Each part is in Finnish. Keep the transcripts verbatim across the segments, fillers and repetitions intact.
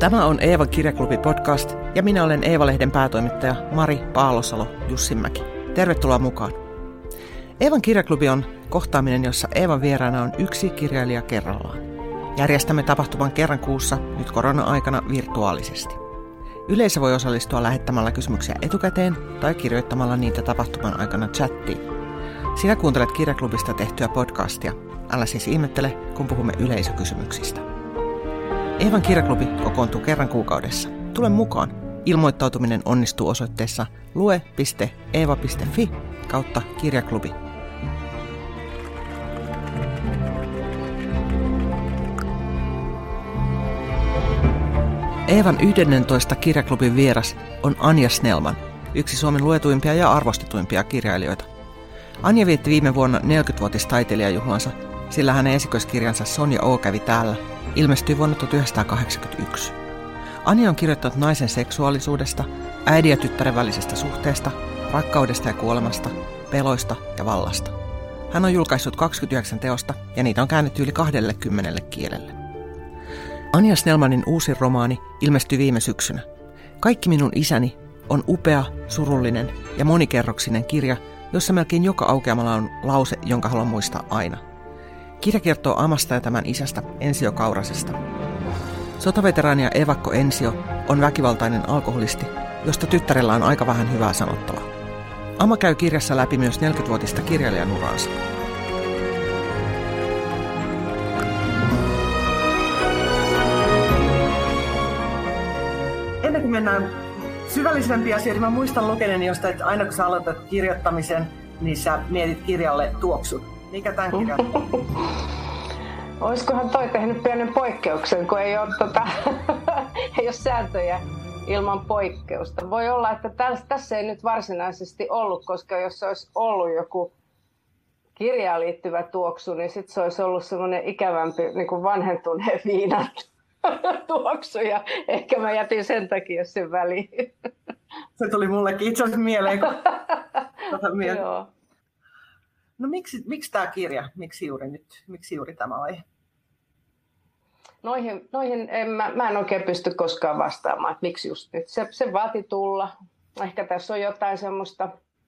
Tämä on Eevan kirjaklubi podcast ja minä olen Eeva-lehden päätoimittaja Mari Paalosalo-Jussinmäki. Tervetuloa mukaan. Eevan kirjaklubi on kohtaaminen, jossa Eevan vieraana on yksi kirjailija kerrallaan. Järjestämme tapahtuman kerran kuussa nyt korona-aikana virtuaalisesti. Yleisö voi osallistua lähettämällä kysymyksiä etukäteen tai kirjoittamalla niitä tapahtuman aikana chattiin. Sinä kuuntelet kirjaklubista tehtyä podcastia. Älä siis ihmettele, kun puhumme yleisökysymyksistä. Eevan kirjaklubi kokoontuu kerran kuukaudessa. Tule mukaan. Ilmoittautuminen onnistuu osoitteessa lue piste eeva piste fi kautta kirjaklubi. Eevan yhdennentoista kirjaklubin vieras on Anja Snellman, yksi Suomen luetuimpia ja arvostetuimpia kirjailijoita. Anja vietti viime vuonna neljäkymmenvuotistaiteilijajuhlansa, sillä hänen esikoiskirjansa Sonja O. kävi täällä, ilmestyi vuonna tuhatyhdeksänsataakahdeksankymmentäyksi. Anja on kirjoittanut naisen seksuaalisuudesta, äidin ja tyttären välisestä suhteesta, rakkaudesta ja kuolemasta, peloista ja vallasta. Hän on julkaissut kaksikymmentäyhdeksän teosta ja niitä on käännetty yli kaksikymmentä kielelle. Anja Snellmanin uusin romaani ilmestyi viime syksynä. Kaikki minun isäni on upea, surullinen ja monikerroksinen kirja, jossa melkein joka aukeamalla on lause, jonka haluan muistaa aina. Kirja kertoo Amasta ja tämän isästä, Ensio Kaurasesta. Sotaveteraani ja evakko Ensio on väkivaltainen alkoholisti, josta tyttärellä on aika vähän hyvää sanottavaa. Ama käy kirjassa läpi myös neljäkymmenvuotista kirjailijan uraansa. Ennen kuin mennään syvällisempiin asioihin, mä muistan lukeneeni jostain, että aina kun sä aloitat kirjoittamisen, niin sä mietit kirjalle tuoksut. Mikä tämän kirjan? Olisikohan toi tehnyt pienen poikkeuksen, kun ei ole, tota, ei ole sääntöjä ilman poikkeusta. Voi olla, että tässä, tässä ei nyt varsinaisesti ollut, koska jos olisi ollut joku kirjaan liittyvä tuoksu, niin sitten se olisi ollut semmoinen ikävämpi niin kuin vanhentuneen viinan tuoksu. Ja ehkä mä jätin sen takia sen väliin. Se tuli mullekin itse asiassa mieleen. Kun... Joo. No miksi, miksi tämä kirja? Miksi juuri nyt? Miksi juuri tämä aihe? Noihin, noihin en, mä, mä en oikein pysty koskaan vastaamaan, että miksi just nyt. Se, se vaati tulla. Ehkä tässä on jotain semmoista,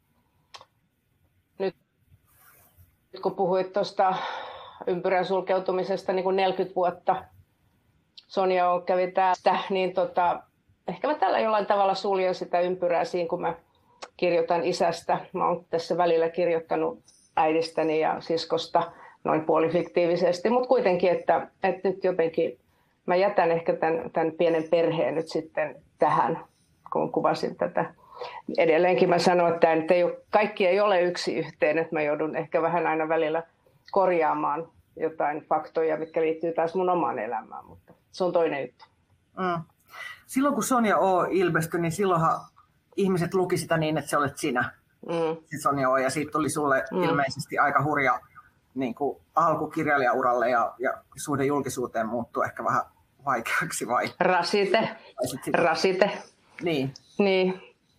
nyt kun puhuit tuosta ympyrän sulkeutumisesta niin kuin neljäkymmentä vuotta, Sonja O. kävi tästä, niin tota, ehkä mä tällä jollain tavalla suljen sitä ympyrää siinä, kun mä kirjoitan isästä. Mä oon tässä välillä kirjoittanut äidistäni ja siskosta noin puolifiktiivisesti, mutta kuitenkin, että, että nyt jotenkin mä jätän ehkä tämän, tämän pienen perheen nyt sitten tähän, kun kuvasin tätä. Edelleenkin mä sanon, että nyt ei ole, kaikki ei ole yksi yhteen, että mä joudun ehkä vähän aina välillä korjaamaan jotain faktoja, mitkä liittyy taas mun omaan elämään, mutta se on toinen juttu. Mm. Silloin kun Sonja O. ilmestyi, niin silloinhan ihmiset luki sitä niin, että se olet sinä. Mm. Se Sonja O. Ja siitä tuli sulle mm. ilmeisesti aika hurja niin kuin alku kirjailijauralle ja, ja suhde julkisuuteen muuttui ehkä vähän vaikeaksi vai? Rasite. Rasite. Niin. Niin.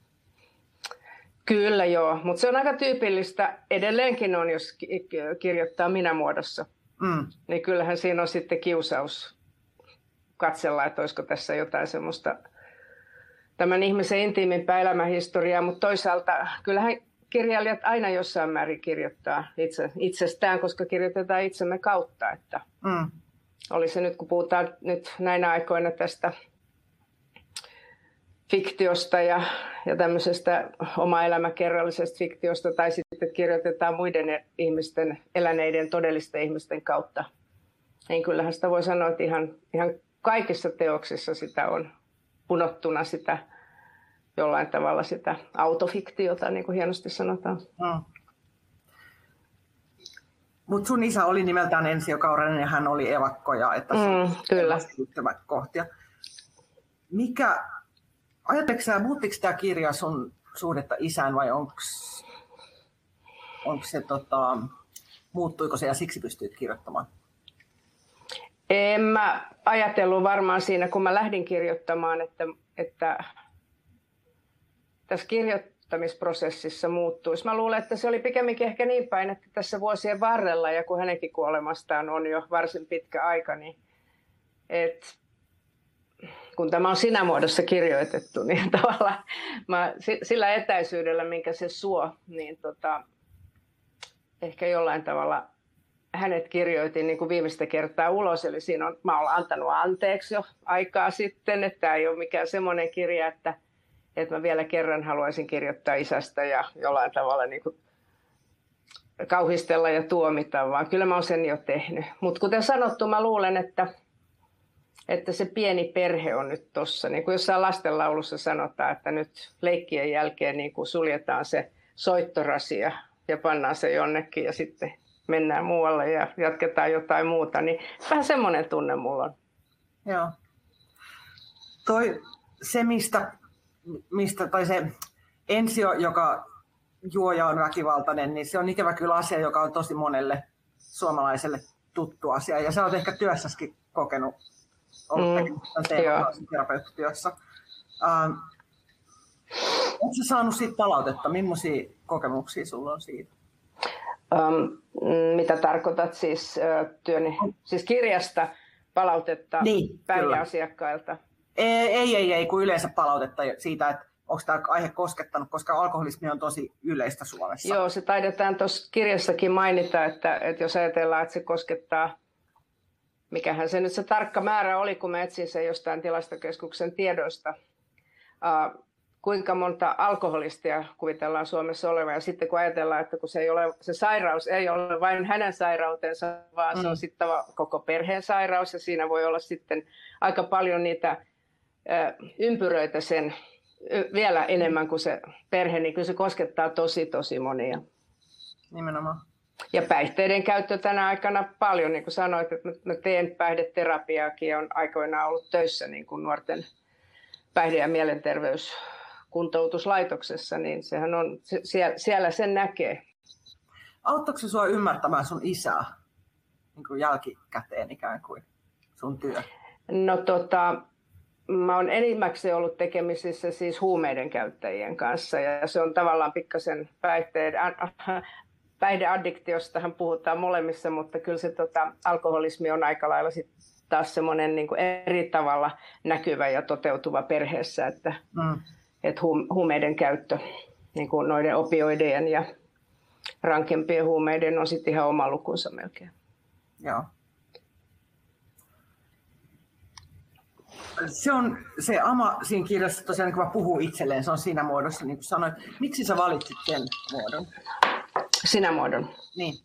Kyllä joo, mutta se on aika tyypillistä. Edelleenkin on, jos kirjoittaa minä-muodossa. Mm. Niin kyllähän siinä on sitten kiusaus katsella, että olisiko tässä jotain semmoista tämän ihmisen intiimimpää elämänhistoriaa, mutta toisaalta kyllähän kirjailijat aina jossain määrin kirjoittaa itse, itsestään, koska kirjoitetaan itsemme kautta. Että mm. Oli se nyt, kun puhutaan nyt näinä aikoina tästä fiktiosta ja, ja tämmöisestä oma-elämäkerrallisesta fiktiosta, tai sitten kirjoitetaan muiden ihmisten, eläneiden todellisten ihmisten kautta, niin kyllähän sitä voi sanoa, että ihan, ihan kaikissa teoksissa sitä on punottuna sitä jollain tavalla sitä autofiktiota, niin kuin hienosti sanotaan. Mm. Mutta sun isä oli nimeltään Ensio Kauranen ja hän oli evakko ja että mm, kyllä. kohtia. Mikä, ajatteletko sä, muuttiko tämä kirja sun suhdetta isään vai onko se, tota, muuttuiko se ja siksi pystyit kirjoittamaan? En mä ajatellut varmaan siinä, kun mä lähdin kirjoittamaan, että, että tässä kirjoittamisprosessissa muuttuisi. Mä luulen, että se oli pikemminkin ehkä niin päin, että tässä vuosien varrella, ja kun hänenkin kuolemastaan on jo varsin pitkä aika, niin et kun tämä on sinä muodossa kirjoitettu, niin tavallaan mä, sillä etäisyydellä, minkä se suo, niin tota, ehkä jollain tavalla hänet kirjoitin niin kuin viimeistä kertaa ulos. Eli siinä on, mä olen antanut anteeksi jo aikaa sitten, että tämä ei ole mikään semmoinen kirja, että, että mä vielä kerran haluaisin kirjoittaa isästä ja jollain tavalla niin kuin kauhistella ja tuomita, vaan kyllä mä oon sen jo tehnyt. Mutta kuten sanottu, mä luulen, että, että se pieni perhe on nyt tossa. Niin kuin jossain lastenlaulussa sanotaan, että nyt leikkien jälkeen niin kuin suljetaan se soittorasia ja pannaan se jonnekin ja sitten mennään muualle ja jatketaan jotain muuta. Niin vähän semmoinen tunne mulla on. Joo. Toi, se, mistä, mistä, tai se ensio, joka juoja on väkivaltainen, niin se on ikävä kyllä asia, joka on tosi monelle suomalaiselle tuttu asia. Ja sä oot ehkä työssäskin kokenut, ollut mm, terapeuttatyössä. Ähm, Oletko sä saanut siitä palautetta? Millaisia kokemuksia sulla on siitä? Um, mitä tarkoitat siis uh, työni, siis kirjasta palautetta niin, päihdeasiakkailta? Ei, ei, ei, ei, kun yleensä palautetta siitä, että onko tämä aihe koskettanut, koska alkoholismi on tosi yleistä Suomessa. Joo, se taidetaan tuossa kirjassakin mainita, että, että jos ajatellaan, että se koskettaa, mikähän se nyt se tarkka määrä oli, kun mä etsin sen jostain tilastokeskuksen tiedoista, uh, kuinka monta alkoholistia kuvitellaan Suomessa olevan. Ja sitten kun ajatellaan, että kun se, ei ole, se sairaus ei ole vain hänen sairautensa, vaan mm. se on sitten koko perheen sairaus. Ja siinä voi olla sitten aika paljon niitä ö, ympyröitä sen vielä enemmän kuin se perhe, niin kyllä se koskettaa tosi, tosi monia. Nimenomaan. Ja päihteiden käyttö tänä aikana paljon, niin kuin sanoit, että mä teen päihdeterapiaakin ja on aikoinaan ollut töissä niin kuin nuorten päihde- ja mielenterveyskuntoutuslaitoksessa, niin sehän on, siellä, siellä sen näkee. Auttaako se sinua ymmärtämään sun isää niin kuin jälkikäteen ikään kuin sun työ? No tota, mä oon enimmäkseen ollut tekemisissä siis huumeiden käyttäjien kanssa ja se on tavallaan pikkasen päihteiden, päihdeaddiktiostahan puhutaan molemmissa, mutta kyllä se tota, alkoholismi on aika lailla sit taas semmoinen niin kuin eri tavalla näkyvä ja toteutuva perheessä, että, mm. että huumeiden käyttö, niin kuin noiden opioidien ja rankempien huumeiden on sitten ihan oma lukunsa melkein. Joo. Se on se ama siinä kirjassa tosiaan, kun mä puhun itselleen, se on siinä muodossa, niin kuin sanoit. Miksi sä valitsit sen muodon? Sinä muodon? Niin.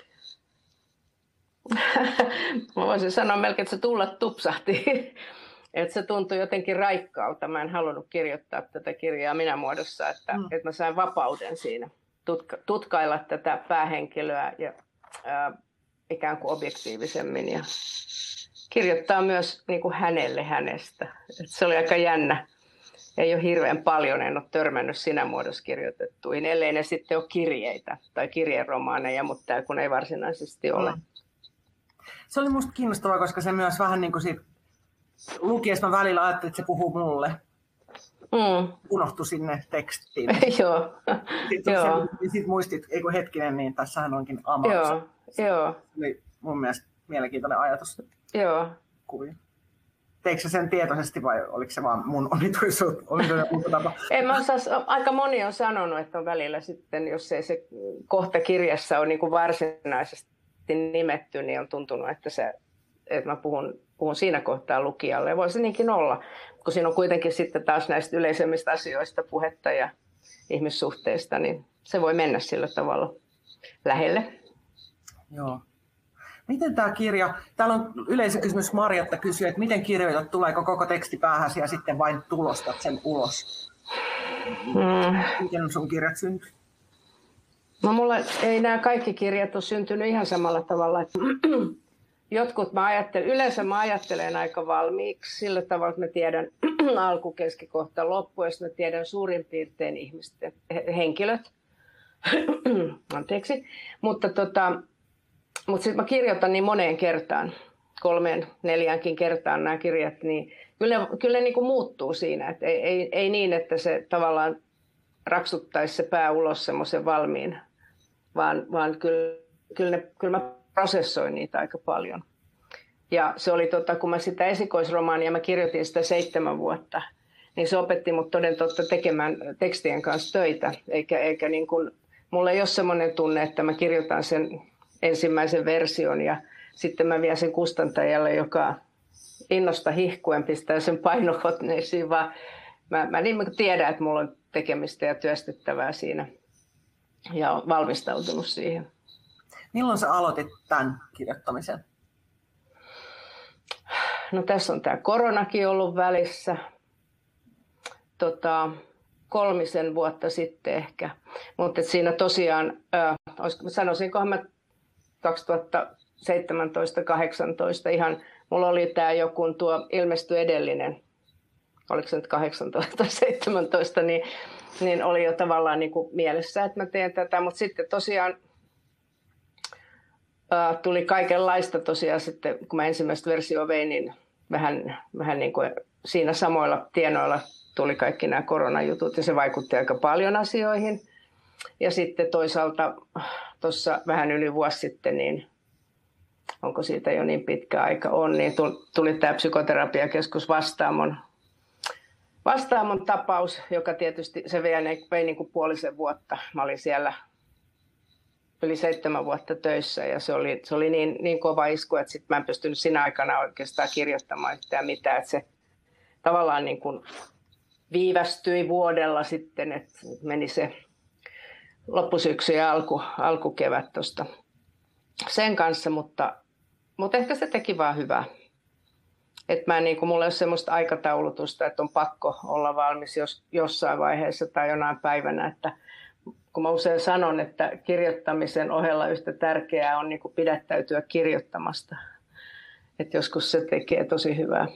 Mä voisin sanoa melkein, että se tulla tupsahti. Että se tuntui jotenkin raikkaalta. Mä en halunnut kirjoittaa tätä kirjaa minä muodossa, että, mm. että mä sain vapauden siinä tutka, tutkailla tätä päähenkilöä ja ää, ikään kuin objektiivisemmin ja kirjoittaa myös niin kuin hänelle hänestä. Et se oli aika jännä. Ei ole hirveän paljon, en ole törmännyt sinä muodossa kirjoitettuihin, ellei ne sitten ole kirjeitä tai kirjeromaaneja, mutta tämä kun ei varsinaisesti ole. Mm. Se oli musta kiinnostavaa, koska se myös vähän niin kuin siitä lukiessa mä välillä ajattelin, että se puhuu mulle. Mm. Unohtui sinne tekstiin. Joo. Sitten Joo. sit muistit, ei kun hetkinen, niin tässähän onkin ama. Joo. Joo. Se oli mun mielestä mielenkiintoinen ajatus. Joo. Kuvia. Teikö sä sen tietoisesti vai oliko se vaan mun omituisuutta tapa? En mä osaa, aika moni on sanonut, että on välillä sitten, jos ei se kohta kirjassa ole niin kuin varsinaisesti nimetty, niin on tuntunut, että, se, että mä puhun, puhun siinä kohtaa lukijalle. Ja voi se niinkin olla, kun siinä on kuitenkin sitten taas näistä yleisemmistä asioista puhetta ja ihmissuhteista, niin se voi mennä sillä tavalla lähelle. Joo. Miten tämä kirja, täällä on yleisökysymys, Marjatta kysyy, että miten kirjoitat, tuleeko koko teksti päähäsi ja sitten vain tulostat sen ulos? Mm. Miten sun kirjat syntyy? No mulla ei nämä kaikki kirjat ole syntynyt ihan samalla tavalla. Jotkut mä ajattelen, yleensä mä ajattelen aika valmiiksi sillä tavalla, että mä tiedän alku, keskikohta, loppu, ja mä tiedän suurin piirtein ihmisten henkilöt. Anteeksi. Mutta tota, Mutta sitten mä kirjoitan niin moneen kertaan, kolmeen, neljäänkin kertaan nämä kirjat, niin kyllä ne, kyllä ne niin kuin muuttuu siinä. Et ei, ei, ei niin, että se tavallaan raksuttaisi se pää ulos semmoisen valmiin, vaan, vaan kyllä, kyllä, ne, kyllä mä prosessoin niitä aika paljon. Ja se oli, tota, kun mä sitä esikoisromaania, mä kirjoitin sitä seitsemän vuotta, niin se opetti mut toden totta tekemään tekstien kanssa töitä. Eikä, eikä niin kuin, mulla ei ole semmoinen tunne, että mä kirjoitan sen ensimmäisen version ja sitten mä vien sen kustantajalle, joka innosta hihkuen pistää sen painokoneisiin, vaan mä, mä niin tiedän, että mulla on tekemistä ja työstettävää siinä ja olen valmistautunut siihen. Milloin sä aloitit tämän kirjoittamisen? No tässä on tämä koronakin ollut välissä. Tota, kolmisen vuotta sitten ehkä. Mutta siinä tosiaan, äh, sanoisinkohan mä kaksituhattaseitsemäntoista kahdeksantoista ihan, mulla oli tämä joku tuo ilmestyi edellinen, oliko se nyt kahdeksantoista tai seitsemäntoista, niin, niin oli jo tavallaan niin kuin mielessä, että mä teen tätä, mutta sitten tosiaan äh, tuli kaikenlaista tosiaan sitten, kun mä ensimmäistä versiota vein, niin vähän, vähän niin kuin siinä samoilla tienoilla tuli kaikki nämä koronajutut ja se vaikutti aika paljon asioihin. Ja sitten toisaalta tuossa vähän yli vuosi sitten, niin onko siitä jo niin pitkä aika on, niin tuli tämä psykoterapiakeskus Vastaamon, Vastaamon tapaus, joka tietysti se vei, vei niin kuin puolisen vuotta. Mä olin siellä yli seitsemän vuotta töissä ja se oli, se oli niin, niin kova isku, että sit mä en pystynyt siinä aikana oikeastaan kirjoittamaan yhtään mitään. Että se tavallaan niin kuin viivästyi vuodella sitten, että meni se loppusyksy ja alku, alkukevät tuosta sen kanssa, mutta, mutta ehkä se teki vaan hyvää. Että mä niin kuin, mulla ei ole semmoista aikataulutusta, että on pakko olla valmis jos, jossain vaiheessa tai jonain päivänä, että kun mä usein sanon, että kirjoittamisen ohella yhtä tärkeää on niin kuin pidättäytyä kirjoittamasta. Että joskus se tekee tosi hyvää.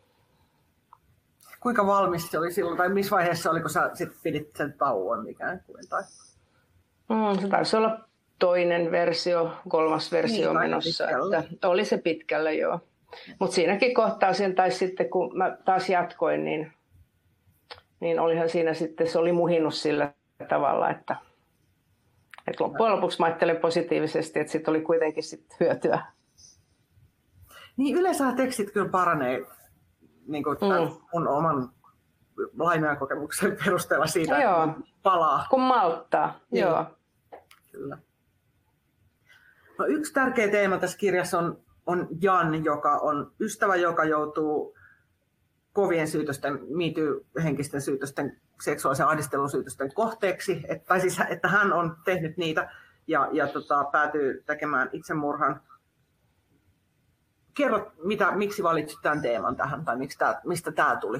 Kuinka valmis se oli silloin, tai missä vaiheessa oli, kun sä sit pidit sen tauon ikään kuin? Tai? Mm, se taisi olla toinen versio, kolmas versio niin, menossa. Että oli se pitkällä, joo. Mutta siinäkin kohtaa sen, tai sitten kun mä taas jatkoin, niin, niin olihan siinä sitten, se oli muhinut sillä tavalla, että, että loppujen lopuksi mä ajattelen positiivisesti, että sitten oli kuitenkin sit hyötyä. Niin yleensä tekstit kyllä paranee niin kuin mm. mun oman lainajakokemuksen perusteella siitä, joo. Että palaa. Kun malttaa, niin. Joo. Kyllä. No, yksi tärkeä teema tässä kirjassa on, on Jan, joka on ystävä, joka joutuu kovien syytösten, MeToo-henkisten syytösten, seksuaalisen ahdistelun syytösten kohteeksi. Et, tai siis, että hän on tehnyt niitä ja, ja tota, päätyy tekemään itsemurhan. Kerro, mitä, miksi valitsit tämän teeman tähän, tai miksi tää, mistä tämä tuli?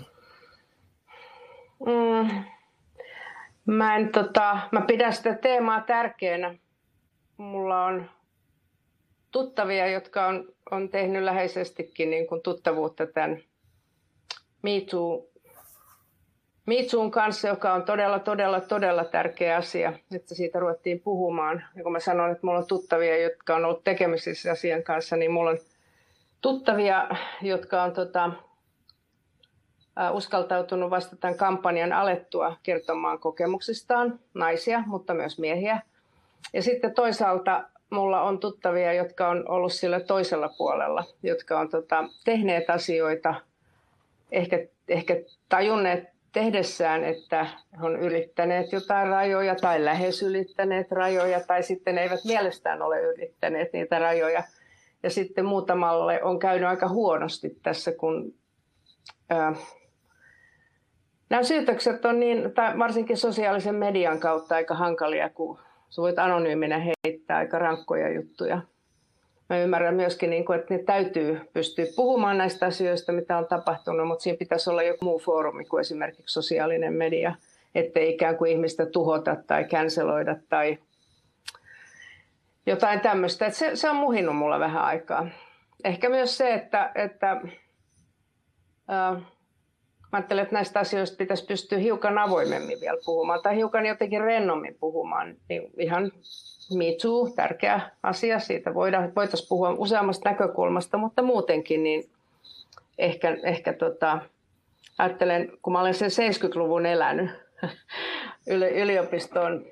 Mm. Mä, en, tota, mä pidän sitä teemaa tärkeänä. Mulla on tuttavia, jotka on, on tehnyt läheisestikin niin kuin tuttavuutta tämän MeToo, MeToon kanssa, joka on todella, todella, todella tärkeä asia, että siitä ruvettiin puhumaan. Ja kun mä sanon, että mulla on tuttavia, jotka on ollut tekemisissä asian kanssa, niin mulla on tuttavia, jotka on tota, uskaltautunut vasta tämän kampanjan alettua kertomaan kokemuksistaan, naisia, mutta myös miehiä. Ja sitten toisaalta mulla on tuttavia, jotka on ollut sillä toisella puolella, jotka on tota, tehneet asioita, ehkä, ehkä tajunneet tehdessään, että on ylittäneet jotain rajoja tai lähes ylittäneet rajoja tai sitten eivät mielestään ole ylittäneet niitä rajoja. Ja sitten muutamalle on käynyt aika huonosti tässä, kun ää, nämä syytökset on niin, tai varsinkin sosiaalisen median kautta aika hankalia, kun sä voit anonyyminä heittää aika rankkoja juttuja. Mä ymmärrän myöskin, että ne täytyy pystyä puhumaan näistä asioista, mitä on tapahtunut, mutta siinä pitäisi olla joku muu foorumi kuin esimerkiksi sosiaalinen media, ettei ikään kuin ihmistä tuhota tai canceloida tai jotain tämmöistä. Että se, se on muhinut mulla vähän aikaa. Ehkä myös se, että, että ää, mä ajattelen, että näistä asioista pitäisi pystyä hiukan avoimemmin vielä puhumaan tai hiukan jotenkin rennommin puhumaan. Niin ihan Me Too, tärkeä asia, siitä voidaan, voitaisiin puhua useammasta näkökulmasta, mutta muutenkin niin ehkä, ehkä tota, ajattelen, kun mä olen sen seitsemänkymmentäluvun elänyt yliopistoon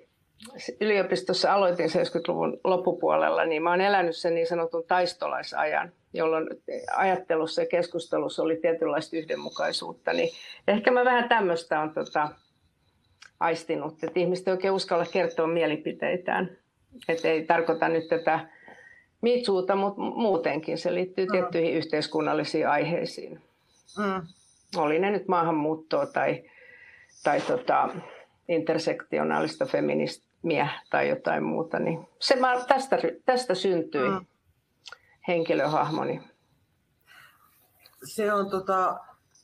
yliopistossa aloitin seitsemänkymmentäluvun loppupuolella, niin mä oon elänyt sen niin sanotun taistolaisajan, jolloin ajattelussa ja keskustelussa oli tietynlaista yhdenmukaisuutta. Niin ehkä mä vähän tämmöistä on tota, aistinut, että ihmiset ei oikein uskalla kertoa mielipiteitään. Että ei tarkoita nyt tätä mitsuuta, mutta muutenkin se liittyy tiettyihin mm. yhteiskunnallisiin aiheisiin. Mm. Oli ne nyt maahanmuuttoa tai, tai tota, intersektionaalista feminismiä tai jotain muuta. Niin se, tästä, tästä syntyi mm. henkilöhahmoni. Se on tota...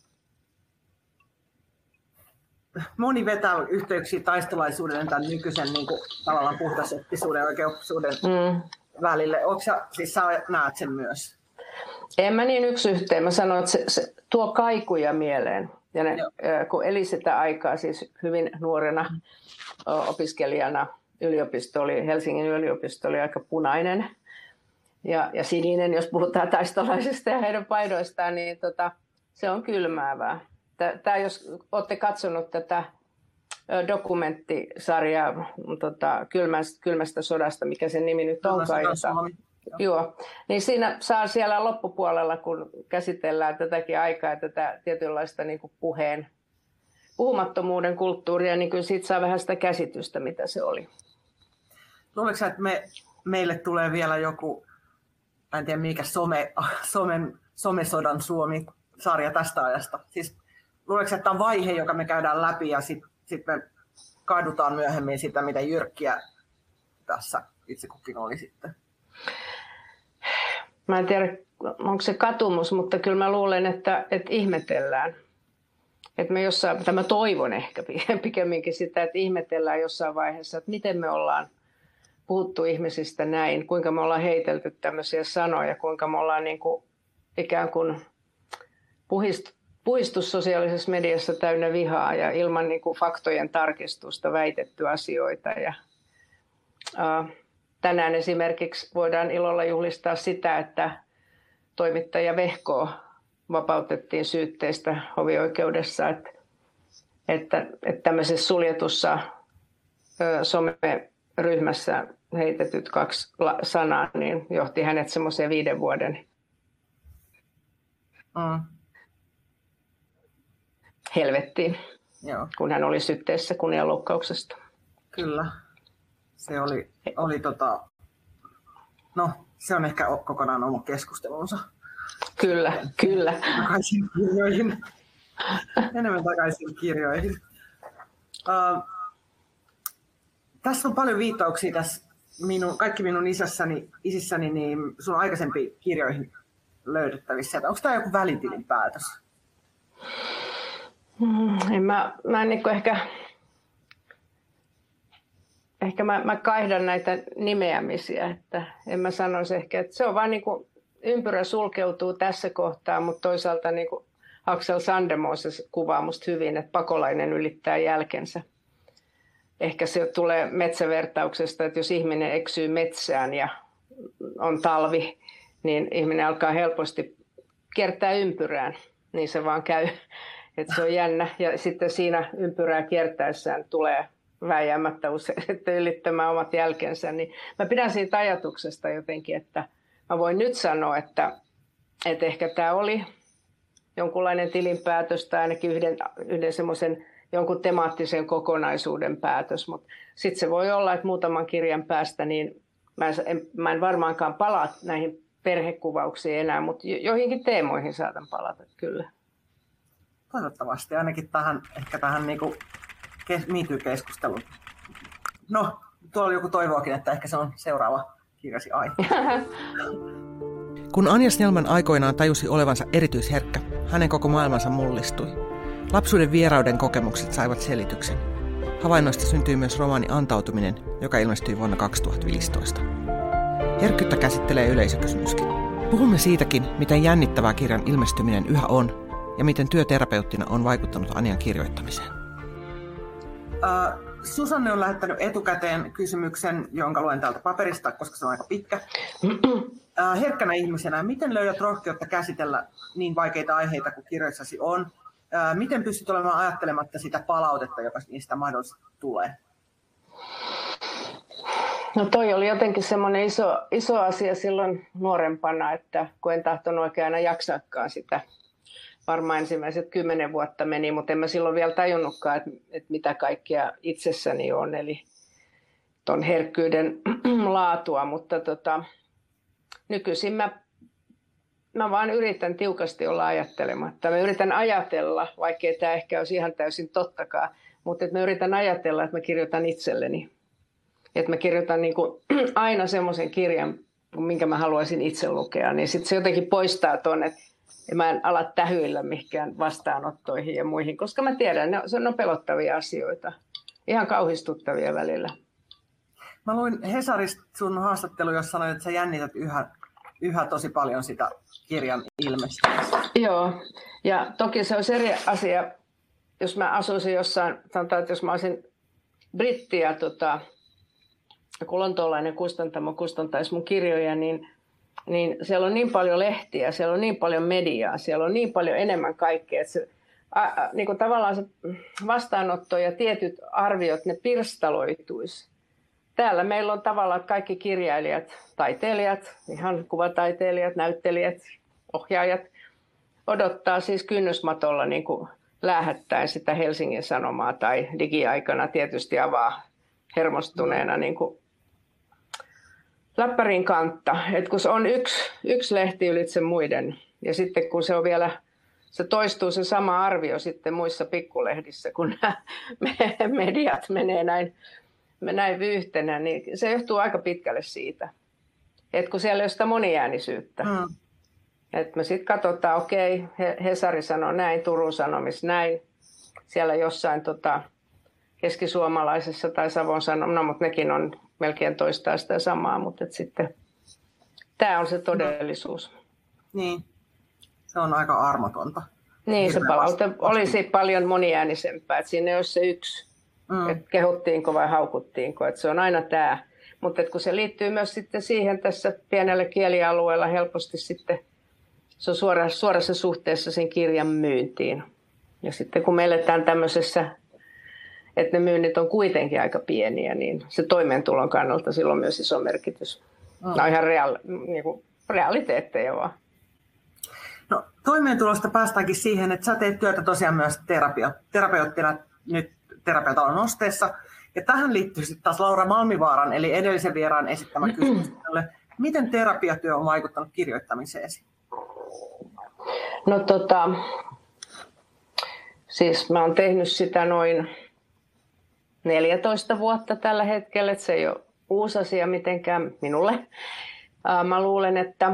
Moni vetää yhteyksiä taistolaisuuden tämän nykyisen niin kuin, tavallaan puhdasoppisuuden ja oikeuksisuuden mm. välille. Onko sä, siis sä näet sen myös? En mä niin yksi yhteen. Mä sanoin, että se, se tuo kaikuja mieleen. Ja ne, kun eli sitä aikaa siis hyvin nuorena opiskelijana, yliopisto oli, Helsingin yliopisto oli aika punainen ja, ja sininen, jos puhutaan taistolaisista ja heidän paidoistaan, niin tota, se on kylmäävää. Tämä, jos olette katsonut tätä dokumenttisarjaa tota, kylmästä, kylmästä sodasta, mikä sen nimi nyt onkaan. Joo, niin siinä saa siellä loppupuolella, kun käsitellään tätäkin aikaa ja tätä tietynlaista niin kuin puheen, puhumattomuuden kulttuuria, niin kyllä siitä saa vähän sitä käsitystä, mitä se oli. Luuletko että me, meille tulee vielä joku, en tiedä mikä, some, somen, somesodan Suomi-sarja tästä ajasta? Siis, luuletko että tämä on vaihe, joka me käydään läpi ja sitten sit me kaadutaan myöhemmin sitä, mitä jyrkkiä tässä itse kukin oli sitten? Mä en tiedä, onko se katumus, mutta kyllä mä luulen, että, että ihmetellään. Että me jossain, tai mä toivon ehkä pikemminkin sitä, että ihmetellään jossain vaiheessa, että miten me ollaan puhuttu ihmisistä näin, kuinka me ollaan heitelty tämmöisiä sanoja, kuinka me ollaan niin kuin ikään kuin puhist, puhistus sosiaalisessa mediassa täynnä vihaa ja ilman niin kuin faktojen tarkistusta väitetty asioita. Ja, uh, tänään esimerkiksi voidaan ilolla juhlistaa sitä, että toimittaja Vehko vapautettiin syytteistä hovioikeudessa, että, että, että tämmöisessä suljetussa ö, someryhmässä heitetyt kaksi sanaa niin johti hänet semmoiseen viiden vuoden mm. helvettiin, Joo. kun hän oli syytteessä kunnianloukkauksesta. Kyllä. Se oli, oli tota, no se on ehkä kokonaan oma keskustelunsa. Kyllä, kyllä. Takaisin kirjoihin. Enemmän takaisin kirjoihin. Uh, tässä on paljon viittauksia tässä, minun, kaikki minun isässäni, isissäni, niin sun aikaisempiin kirjoihin löydettävissä. Onko tämä joku välitilinpäätös? Mm, en mä, mä en niin ehkä... Ehkä mä, mä kaihdan näitä nimeämisiä, että en mä sanoisi ehkä, että se on vaan niin kuin ympyrä sulkeutuu tässä kohtaa, mutta toisaalta niin kuin Axel Sandemo se kuvaa musta hyvin, että pakolainen ylittää jälkensä. Ehkä se tulee metsävertauksesta, että jos ihminen eksyy metsään ja on talvi, niin ihminen alkaa helposti kiertää ympyrään, niin se vaan käy, että se on jännä. Ja sitten siinä ympyrää kiertäessään tulee vääjäämättä usein, että ylittämään omat jälkensä, niin mä pidän siitä ajatuksesta jotenkin, että mä voin nyt sanoa, että, että ehkä tämä oli jonkunlainen tilinpäätös tai ainakin yhden, yhden semmoisen jonkun temaattisen kokonaisuuden päätös, mutta sitten se voi olla, että muutaman kirjan päästä, niin mä en, mä en varmaankaan palaa näihin perhekuvauksiin enää, mutta joihinkin teemoihin saatan palata, kyllä. Toivottavasti, ainakin tähän, ehkä tähän niinku MeToo-keskusteluun. No, tuolla joku toivoakin, että ehkä se on seuraava kirjasi aihe. Kun Anja Snellman aikoinaan tajusi olevansa erityisherkkä, hänen koko maailmansa mullistui. Lapsuuden vierauden kokemukset saivat selityksen. Havainnoista syntyi myös romaani Antautuminen, joka ilmestyi vuonna kaksituhattaviisitoista. Herkkyyttä käsittelee yleisökysymyskin. Puhumme siitäkin, miten jännittävää kirjan ilmestyminen yhä on, ja miten työterapeuttina on vaikuttanut Anjan kirjoittamiseen. Uh, Susanne on lähettänyt etukäteen kysymyksen, jonka luen täältä paperista, koska se on aika pitkä. Uh, herkkänä ihmisenä, miten löydät rohkeutta käsitellä niin vaikeita aiheita kuin kirjoissasi on? Uh, miten pystyt olemaan ajattelematta sitä palautetta, joka niistä mahdollisesti tulee? No toi oli jotenkin semmoinen iso, iso asia silloin nuorempana, että kun en tahtonut oikein aina jaksaakaan sitä. Varmaan ensimmäiset kymmenen vuotta meni, mutta en mä silloin vielä tajunnutkaan, että, että mitä kaikkea itsessäni on, eli ton herkkyyden laatua. Mutta tota, nykyisin mä, mä vaan yritän tiukasti olla ajattelematta. Mä yritän ajatella, vaikkei tämä ehkä olisi ihan täysin tottakaan, mutta että mä yritän ajatella, että mä kirjoitan itselleni. Että mä kirjoitan niin kuin aina semmoisen kirjan, minkä mä haluaisin itse lukea, niin sitten se jotenkin poistaa ton, että mä en ala tähyillä mihinkään vastaanottoihin ja muihin, koska mä tiedän, ne on pelottavia asioita, ihan kauhistuttavia välillä. Mä luin Hesarista sun haastattelu, jossa sanoit, että sä jännität yhä, yhä tosi paljon sitä kirjan ilmestymistä. Joo, ja toki se olisi eri asia, jos mä asuisin jossain, sanotaan, että jos mä olisin britti ja tota, kun lontoolainen kustantamo kustantaisi mun kirjoja, niin, niin siellä on niin paljon lehtiä, siellä on niin paljon mediaa, siellä on niin paljon enemmän kaikkea, että se, a, a, niin kuin tavallaan se vastaanotto ja tietyt arviot, ne pirstaloituisi. Täällä meillä on tavallaan kaikki kirjailijat, taiteilijat, ihan kuvataiteilijat, näyttelijät, ohjaajat, odottaa siis kynnysmatolla niin kuin läähättäen sitä Helsingin Sanomaa tai digiaikana tietysti avaa hermostuneena niin kuin läppärin kantta. Et kun se on yksi, yksi lehti ylitse muiden ja sitten kun se on vielä, se toistuu se sama arvio sitten muissa pikkulehdissä, kun nämä mediat menee näin, näin vyyhtenä, niin se johtuu aika pitkälle siitä, että kun siellä ei ole sitä moniäänisyyttä. Mm. Että me sitten katsotaan, okei, Hesari sanoo näin, Turun Sanomis näin, siellä jossain tota, keskisuomalaisessa tai Savon Sanomissa, no mutta nekin on melkein toistaa sitä samaa, mutta et sitten tämä on se todellisuus. Niin, se on aika armotonta. Niin, se palaute olisi paljon moniäänisempää, että siinä ei ole se yksi, mm. että kehuttiinko vai haukuttiinko, että se on aina tämä. Mutta kun se liittyy myös sitten siihen tässä pienellä kielialueella helposti sitten, se on suorassa, suorassa suhteessa sen kirjan myyntiin. Ja sitten kun me eletään tämmöisessä, että ne myynnit on kuitenkin aika pieniä, niin se toimeentulon kannalta sillä on myös iso merkitys. Mm. Nämä on ihan reaal, niin kuin realiteetteja vaan. No, toimeentulosta päästäänkin siihen, että sä teet työtä tosiaan myös terapia, terapeuttina nyt Terapiatalon Nosteessa. Ja tähän liittyy sitten taas Laura Malmivaaran, eli edellisen vieraan esittämä kysymys. Miten terapiatyö on vaikuttanut kirjoittamiseesi? No tota, siis mä oon tehnyt sitä noin neljätoista vuotta tällä hetkellä, että se ei ole uusi asia mitenkään minulle. Mä luulen, että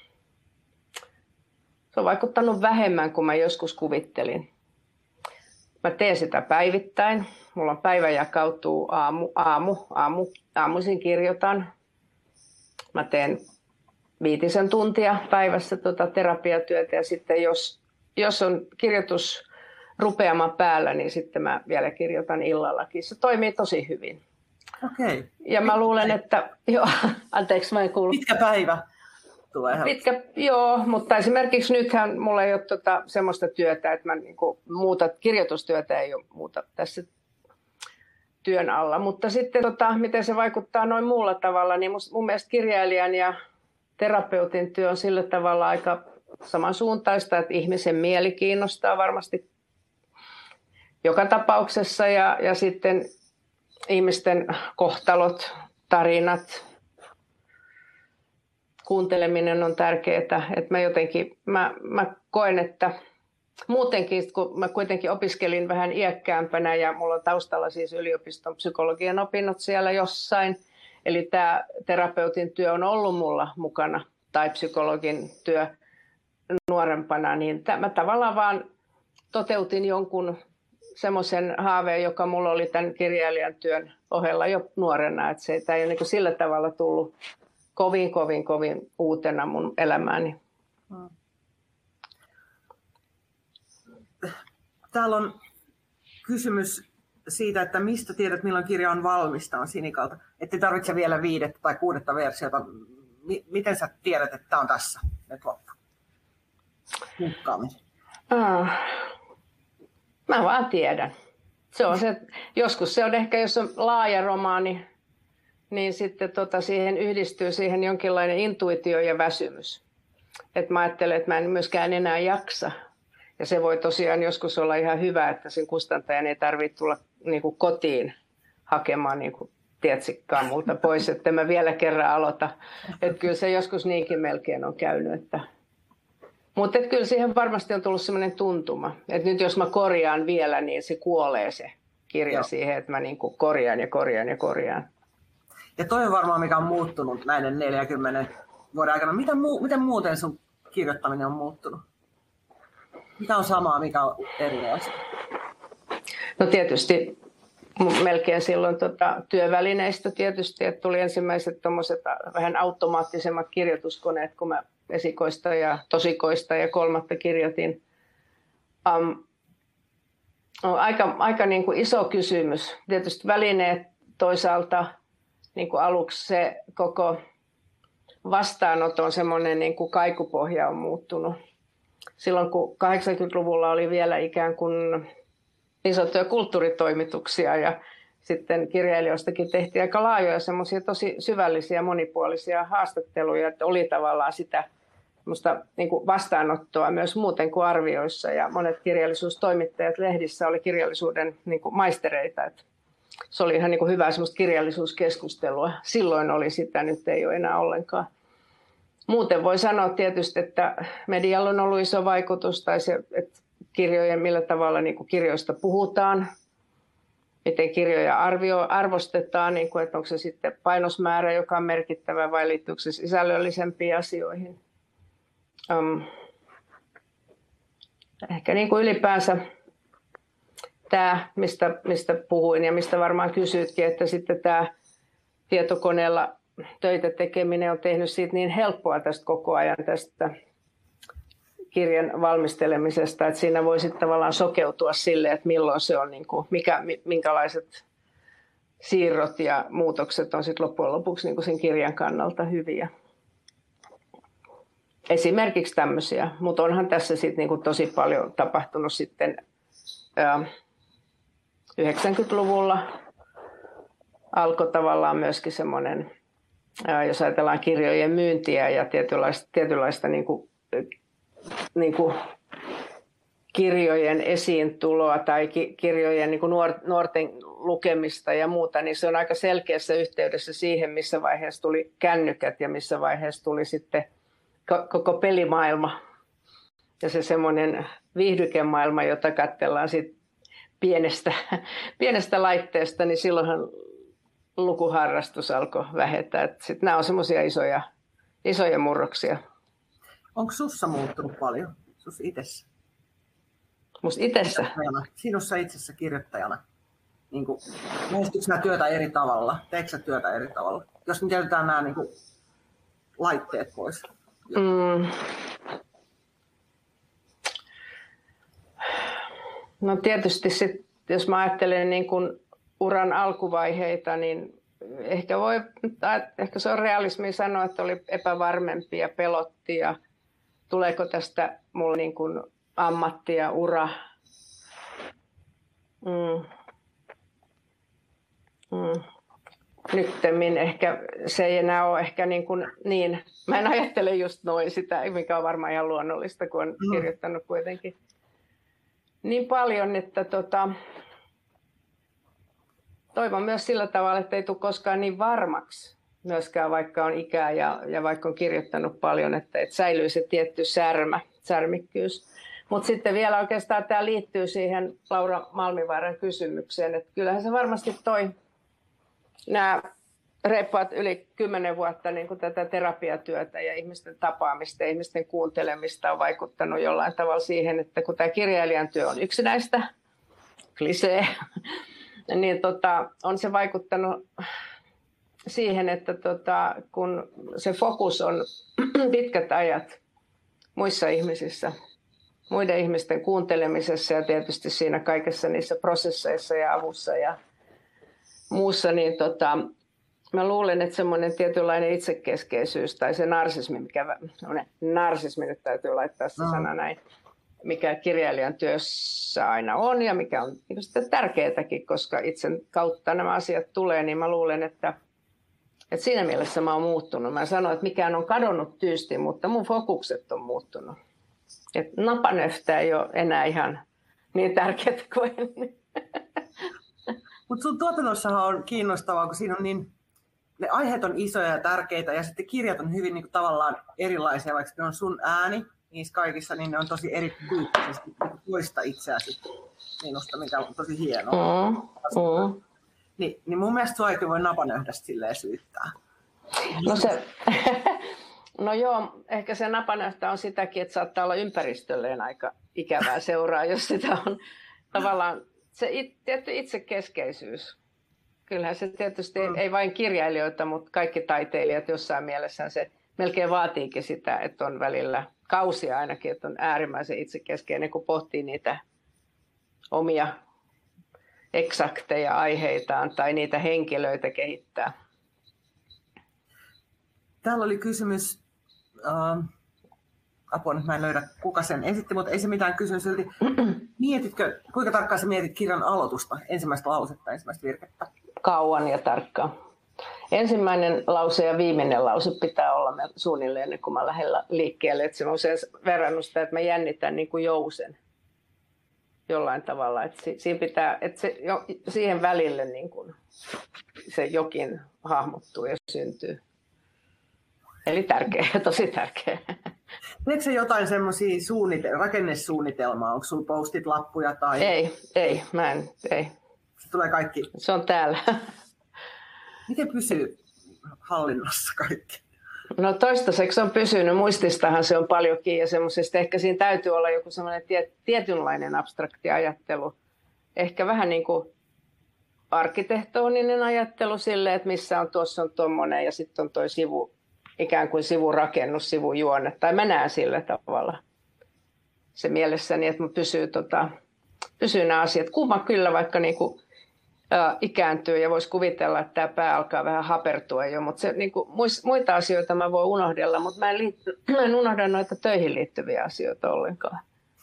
se on vaikuttanut vähemmän kuin mä joskus kuvittelin. Mä teen sitä päivittäin. Mulla on päivä jakautuu aamu, aamu, aamu, aamuisin kirjoitan. Mä teen viitisen tuntia päivässä tuota terapiatyötä ja sitten jos, jos on kirjoitus rupeama päällä, niin sitten mä vielä kirjoitan illallakin. Se toimii tosi hyvin. Okei. Ja mä luulen, että... Joo, anteeksi, mä en kuullut. Pitkä päivä tulee. Pitkä, joo, mutta esimerkiksi nythän mulla ei ole tota, semmoista työtä, että mä niinku muuta, kirjoitustyötä ei ole muuta tässä työn alla. Mutta sitten tota, miten se vaikuttaa noin muulla tavalla, niin mun mielestä kirjailijan ja terapeutin työ on sillä tavalla aika samansuuntaista, että ihmisen mieli kiinnostaa varmasti joka tapauksessa ja, ja sitten ihmisten kohtalot, tarinat, kuunteleminen on tärkeää. Että mä jotenkin, mä, mä koen, että muutenkin, kun mä kuitenkin opiskelin vähän iäkkäämpänä ja mulla on taustalla siis yliopiston psykologian opinnot siellä jossain, eli tämä terapeutin työ on ollut mulla mukana, tai psykologin työ nuorempana, niin mä tavallaan vaan toteutin jonkun semmoisen haaveen, joka mulla oli tämän kirjailijan työn ohella jo nuorena, että se ei ole niin kuin sillä tavalla tullut kovin, kovin, kovin uutena mun elämääni. Täällä on kysymys siitä, että mistä tiedät, milloin kirja on valmista, on Sinikalta. Että tarvitse vielä viidettä tai kuudetta versiota. Miten sä tiedät, että tämä on tässä nyt loppu? Ah, mä vaan tiedän. Se on se, joskus se on ehkä, jos on laaja romaani, niin sitten tota, siihen yhdistyy siihen jonkinlainen intuitio ja väsymys. Et mä ajattelen, että mä en myöskään enää jaksa. Ja se voi tosiaan joskus olla ihan hyvä, että sen kustantajan ei tarvitse tulla niin kuin kotiin hakemaan niin kuin tietsikkaa multa pois, että mä vielä kerran aloita. Että kyllä se joskus niinkin melkein on käynyt. Että... Mutta kyllä siihen varmasti on tullut sellainen tuntuma, että nyt jos mä korjaan vielä, niin se kuolee se kirja Joo. siihen, että mä niin kuin korjaan ja korjaan ja korjaan. Ja toi on varmaan mikä on muuttunut näiden neljänkymmenen vuoden aikana. Miten, muu, miten muuten sun kirjoittaminen on muuttunut? Mikä on samaa, mikä on erilaista? No tietysti melkein silloin tota, työvälineistä tietysti, että tuli ensimmäiset tommoset vähän automaattisemmat kirjoituskoneet, kun mä esikoista ja tosikoista ja kolmatta kirjoitin. Um, on aika aika niin kuin iso kysymys. Tietysti välineet toisaalta niin kuin aluksi se koko vastaanoton semmoinen niin kuin kaikupohja on muuttunut. Silloin kun kahdeksankymmentäluvulla oli vielä ikään kuin niin sanottuja kulttuuritoimituksia ja sitten kirjailijoistakin tehtiin aika laajoja semmoisia tosi syvällisiä monipuolisia haastatteluja, että oli tavallaan sitä niin kuin vastaanottoa myös muuten kuin arvioissa ja monet kirjallisuustoimittajat lehdissä oli kirjallisuuden niin kuin maistereita. Että se oli ihan niin kuin hyvää semmoista kirjallisuuskeskustelua. Silloin oli sitä, nyt ei ole enää ollenkaan. Muuten voi sanoa tietysti, että medialla on ollut iso vaikutus tai se, että kirjojen, millä tavalla niin kuin kirjoista puhutaan, miten kirjoja arvio, arvostetaan, niin kuin, että onko se sitten painosmäärä, joka on merkittävä vai liittyykö se sisällöllisempiin asioihin. Um, ehkä niin kuin ylipäänsä tämä, mistä, mistä puhuin ja mistä varmaan kysyitkin, että sitten tämä tietokoneella töitä tekeminen on tehnyt siitä niin helppoa tästä koko ajan tästä kirjan valmistelemisesta, että siinä voi sitten tavallaan sokeutua sille, että milloin se on, niin kuin, mikä, minkälaiset siirrot ja muutokset on sitten loppujen lopuksi niin kuin sen kirjan kannalta hyviä. Esimerkiksi tämmöisiä, mutta onhan tässä sitten niin kuin tosi paljon tapahtunut sitten ää, yhdeksänkymmentäluvulla. Alkoi tavallaan myöskin semmoinen, ää, jos ajatellaan kirjojen myyntiä ja tietynlaista, tietynlaista niin kuin, niin kuin kirjojen esiintuloa tai ki, kirjojen niin kuin nuor, nuorten lukemista ja muuta, niin se on aika selkeässä yhteydessä siihen, missä vaiheessa tuli kännykät ja missä vaiheessa tuli sitten koko pelimaailma ja se semmoinen viihdykemaailma, jota katsellaan sit pienestä, pienestä laitteesta, niin silloinhan lukuharrastus alkoi vähetä. Sitten nämä on semmoisia isoja, isoja murroksia. Onko sussa muuttunut paljon, sus itsessä? Musta itsessä? Sinussa itsessä kirjoittajana. Niin kuin, lähestytkö sinä työtä eri tavalla? Teekö sinä työtä eri tavalla? Jos me käytetään nämä niin kuin, laitteet pois. Mm. No tietysti sit, jos mä ajattelen niin kun uran alkuvaiheita, niin ehkä, voi, ehkä se on realismi sanoa, että oli epävarmempi ja pelotti ja tuleeko tästä mulle niin kun ammatti ja ura. Mm. Mm. Nyttemmin ehkä se ei enää ole ehkä niin, kuin niin. Mä en ajattele just noin sitä, mikä on varmaan ihan luonnollista, kun on mm. kirjoittanut kuitenkin niin paljon, että tota, toivon myös sillä tavalla, että ei tule koskaan niin varmaksi myöskään, vaikka on ikää ja, ja vaikka on kirjoittanut paljon, että, että säilyy se tietty särmä, särmikkyys. Mutta sitten vielä oikeastaan tämä liittyy siihen Laura Malmivaaran kysymykseen, että kyllähän se varmasti toi nämä reippaat yli kymmenen vuotta niin kuin tätä terapiatyötä ja ihmisten tapaamista ja ihmisten kuuntelemista on vaikuttanut jollain tavalla siihen, että kun tämä kirjailijan työ on yksinäistä, klisee, niin tota, on se vaikuttanut siihen, että tota, kun se fokus on pitkät ajat muissa ihmisissä, muiden ihmisten kuuntelemisessa ja tietysti siinä kaikessa niissä prosesseissa ja avussa ja muussa, niin tota, mä luulen, että semmoinen tietynlainen itsekeskeisyys tai se narsismi, mikä, narsismi nyt täytyy laittaa se sana näin, mikä kirjailijan työssä aina on ja mikä on niin sitten tärkeätäkin, koska itsen kautta nämä asiat tulee, niin mä luulen, että Et siinä mielessä mä oon muuttunut. Mä sanoin, että mikään on kadonnut tyystin, mutta mun fokukset on muuttunut. Et napanöftä ei ole enää ihan niin tärkeää kuin ennen. Mutta sun tuotannossahan on kiinnostavaa, kun siinä on niin, ne aiheet on isoja ja tärkeitä ja sitten kirjat on hyvin niin kuin, tavallaan erilaisia, vaikka ne on sun ääni niissä kaikissa, niin ne on tosi erityyppisesti toista itseäsi minusta, mikä on tosi hienoa. Mm, mm. Ni, niin mun mielestä sua ei voi napanöhdästä silleen syyttää. No, se, no joo, ehkä se napanöhtä on sitäkin, että saattaa olla ympäristölleen aika ikävää seuraa, jos sitä on tavallaan se it, tietty itsekeskeisyys. Kyllähän se tietysti mm. ei vain kirjailijoita, mutta kaikki taiteilijat jossain mielessä se melkein vaatiikin sitä, että on välillä kausia ainakin, että on äärimmäisen itsekeskeinen, kun pohtii niitä omia eksakteja aiheitaan tai niitä henkilöitä kehittää. Täällä oli kysymys, äh, apua nyt mä en löydä kuka sen esitti, mutta ei se mitään kysymys silti. Mietitkö, kuinka tarkkaan sä mietit kirjan aloitusta, ensimmäistä lausetta, ensimmäistä virkettä? Kauan ja tarkkaan. Ensimmäinen lause ja viimeinen lause pitää olla suunnilleen ennen kuin mä lähden liikkeelle. Että se on usein verrannut sitä, että mä jännitän niin kuin jousen jollain tavalla. Että siinä pitää, että se, siihen välille niin kuin se jokin hahmottuu ja syntyy. Eli tärkeä, tosi tärkeä. Teetkö sä jotain semmoisia suunnite- rakennesuunnitelmaa? Onko sulla postit-lappuja? Tai... Ei, ei, mä en, ei. Se tulee kaikki? Se on täällä. Miten pysyy hallinnassa kaikki? No toistaiseksi on pysynyt. Muististahan se on paljonkin ja semmoisesta ehkä siinä täytyy olla joku semmoinen tiet, tietynlainen abstrakti ajattelu. Ehkä vähän niin kuin arkkitehtoninen ajattelu silleen, että missä on tuossa on tuommoinen ja sitten on tuo sivu, ikään kuin sivurakennus, sivujuonne. Tai mä näen sillä tavalla se mielessäni, että mä pysyy, tota, pysyy nämä asiat. Kumma kyllä vaikka niin kuin ikääntyy ja voisi kuvitella, että tämä pää alkaa vähän hapertua jo, mutta se, niin kuin, muita asioita mä voin unohdella, mutta mä en, liitty, mä en unohda noita töihin liittyviä asioita ollenkaan.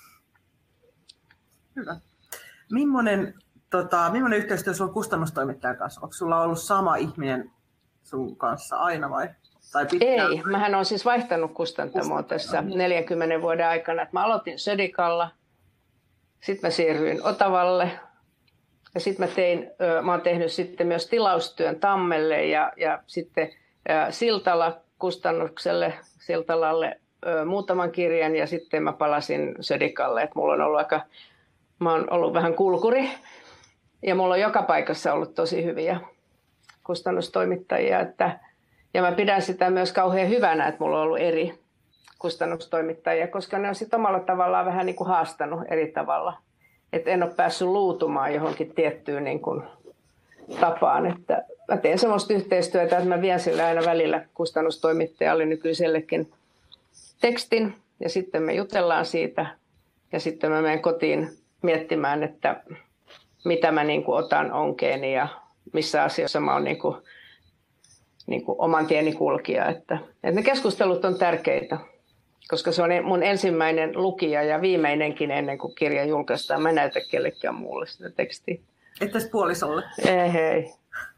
Hyvä. Millainen, tota, millainen yhteistyö sulla on kustannustoimittajan kanssa? Onko sulla ollut sama ihminen sun kanssa aina vai? Tai Ei, mähän olen siis vaihtanut kustantamoa tässä neljänkymmenen vuoden aikana. Mä aloitin Södikalla, sitten mä siirryin Otavalle. Ja sitten mä tein, mä oon tehnyt sitten myös tilaustyön Tammelle ja, ja sitten Siltala kustannukselle, Siltalalle muutaman kirjan ja sitten mä palasin Södikalle. Et mulla on ollut aika, mä oon ollut vähän kulkuri ja mulla on joka paikassa ollut tosi hyviä kustannustoimittajia. Että, ja mä pidän sitä myös kauhean hyvänä, että mulla on ollut eri kustannustoimittajia, koska ne on sitten omalla tavallaan vähän niin kuin haastanut eri tavalla. Että en ole päässyt luutumaan johonkin tiettyyn niin kuin tapaan. Että mä teen sellaista yhteistyötä, että mä vien sille aina välillä kustannustoimittajalle nykyisellekin tekstin. Ja sitten me jutellaan siitä. Ja sitten mä menen kotiin miettimään, että mitä mä niin kuin otan onkeeni ja missä asioissa mä oon niin kuin, niin kuin oman tieni kulkija. Että, että ne keskustelut on tärkeitä. Koska se on mun ensimmäinen lukija ja viimeinenkin ennen kuin kirja julkaistaan. Mä en näytä kellekään muulle sitä tekstiä. Ettäs puolisolle? Ei, hei.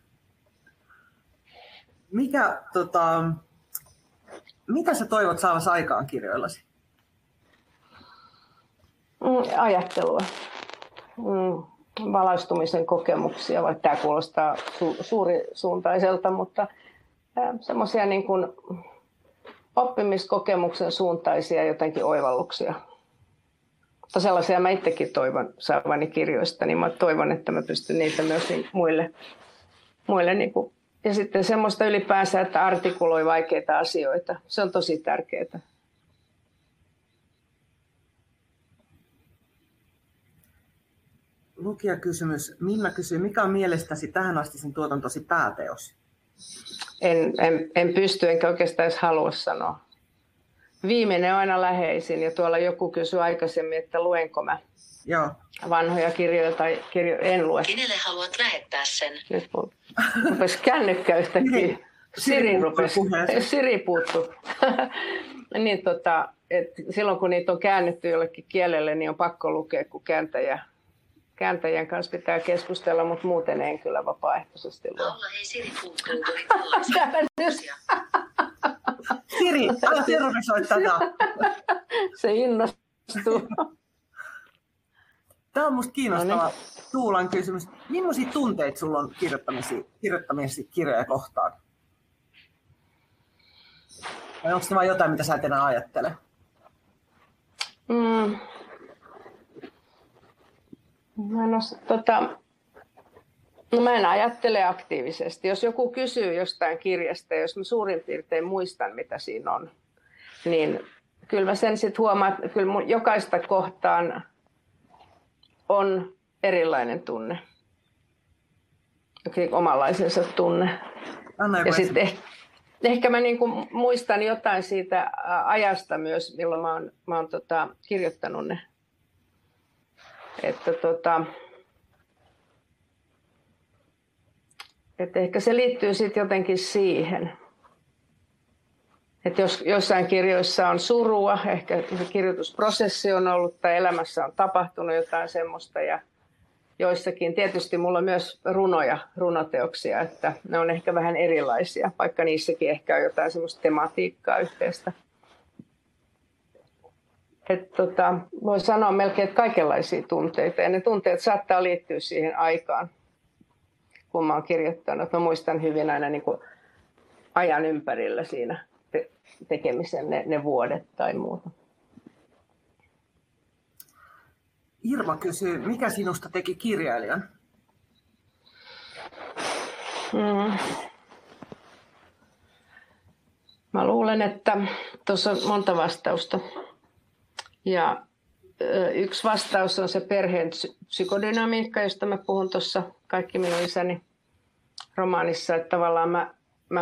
Mikä, tota, mitä sä toivot saavasi aikaan kirjoillasi? Mm, ajattelua. Mm, valaistumisen kokemuksia, vaikka tämä kuulostaa su- suurisuuntaiselta, mutta semmoisia niin kuin oppimiskokemuksen suuntaisia jotenkin oivalluksia. Mutta sellaisia mä itsekin toivon saavani kirjoista, niin mä toivon, että mä pystyn niitä myös niin muille. muille niin kuin. Ja sitten semmoista ylipäänsä, että artikuloi vaikeita asioita. Se on tosi tärkeää. Lukijakysymys. Minna kysyy, mikä on mielestäsi tähän asti sen tuotantosi pääteos? En, en, en pysty enkä oikeastaan edes halua sanoa. Viimeinen on aina läheisin ja tuolla joku kysyi aikaisemmin, että luenko mä Joo. vanhoja kirjoja tai kirjoja. En lue. Kenelle haluat lähettää sen? Nyt rupesi kännykkä yhtäkkiä. Siri rupesi. Siri puuttu. niin, tota, et silloin kun niitä on käännetty jollekin kielelle, niin on pakko lukea, kun kääntäjä kääntäjän kanssa pitää keskustella, mutta muuten en kyllä vapaaehtoisesti lue. Paula, hei Siri puuttuu tuollaisia. Siri, älä terrorisoi tätä. Se innostuu. Tämä on musta kiinnostava no niin. Tuulan kysymys. Millaisia tunteita sulla on kirjoittamisia kirjoja kohtaan? Vai onko se vain jotain, mitä sä et enää ajattele? Mm. Mä, en os, tota, no mä en ajattele aktiivisesti. Jos joku kysyy jostain kirjasta, jos mä suurin piirtein muistan, mitä siinä on, niin kyllä mä sen sitten huomaan, että kyllä mun jokaista kohtaan on erilainen tunne. Omanlaisensa tunne. Anna ja sitten ehkä, ehkä mä niinku muistan jotain siitä ajasta myös, milloin mä oon, mä oon tota, kirjoittanut ne. Että tota, et ehkä se liittyy sitten jotenkin siihen. Että jos jossain kirjoissa on surua, ehkä kirjoitusprosessi on ollut tai elämässä on tapahtunut jotain semmoista. Ja joissakin tietysti mulla on myös runoja, runoteoksia, että ne on ehkä vähän erilaisia, vaikka niissäkin ehkä on jotain semmoista tematiikkaa yhteistä. Että tota, voi sanoa melkein, että kaikenlaisia tunteita. Ja ne tunteet saattaa liittyä siihen aikaan, kun mä oon kirjoittanut. Mä muistan hyvin aina niin kuin ajan ympärillä siinä te- tekemisen ne, ne vuodet tai muuta. Irma kysyy, mikä sinusta teki kirjailijan? Mm. Mä luulen, että tuossa on monta vastausta. Ja yksi vastaus on se perheen psykodynamiikka, josta mä puhun tuossa Kaikki minun isäni romaanissa. Että tavallaan mä, mä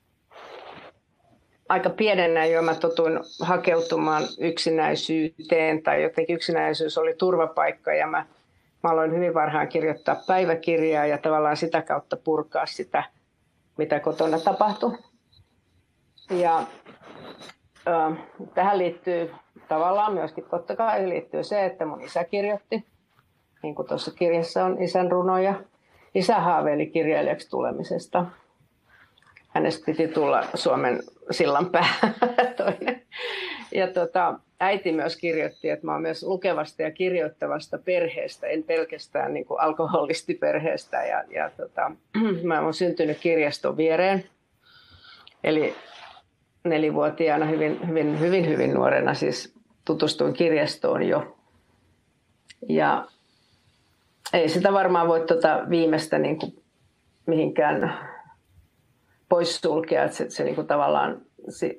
aika pienenä jo mä totuin hakeutumaan yksinäisyyteen tai jotenkin yksinäisyys oli turvapaikka ja mä, mä aloin hyvin varhain kirjoittaa päiväkirjaa ja tavallaan sitä kautta purkaa sitä, mitä kotona tapahtui. Ja äh, tähän liittyy tavallaan myöskin totta kai liittyy se, että mun isä kirjoitti, niin kuin tuossa kirjassa on isän runoja. Isä haaveili kirjailijaksi tulemisesta. Hänestä piti tulla Suomen sillanpää toinen. Ja tota, äiti myös kirjoitti, että mä oon myös lukevasta ja kirjoittavasta perheestä, en pelkästään niin kuin alkoholistiperheestä. Ja, ja tota, mä oon syntynyt kirjaston viereen. Eli nelivuotiaana hyvin, hyvin, hyvin, hyvin nuorena siis tutustuin kirjastoon jo. Ja ei sitä varmaan voi tota viimeistä niin kuin mihinkään poissulkea, että se, se niin kuin tavallaan se,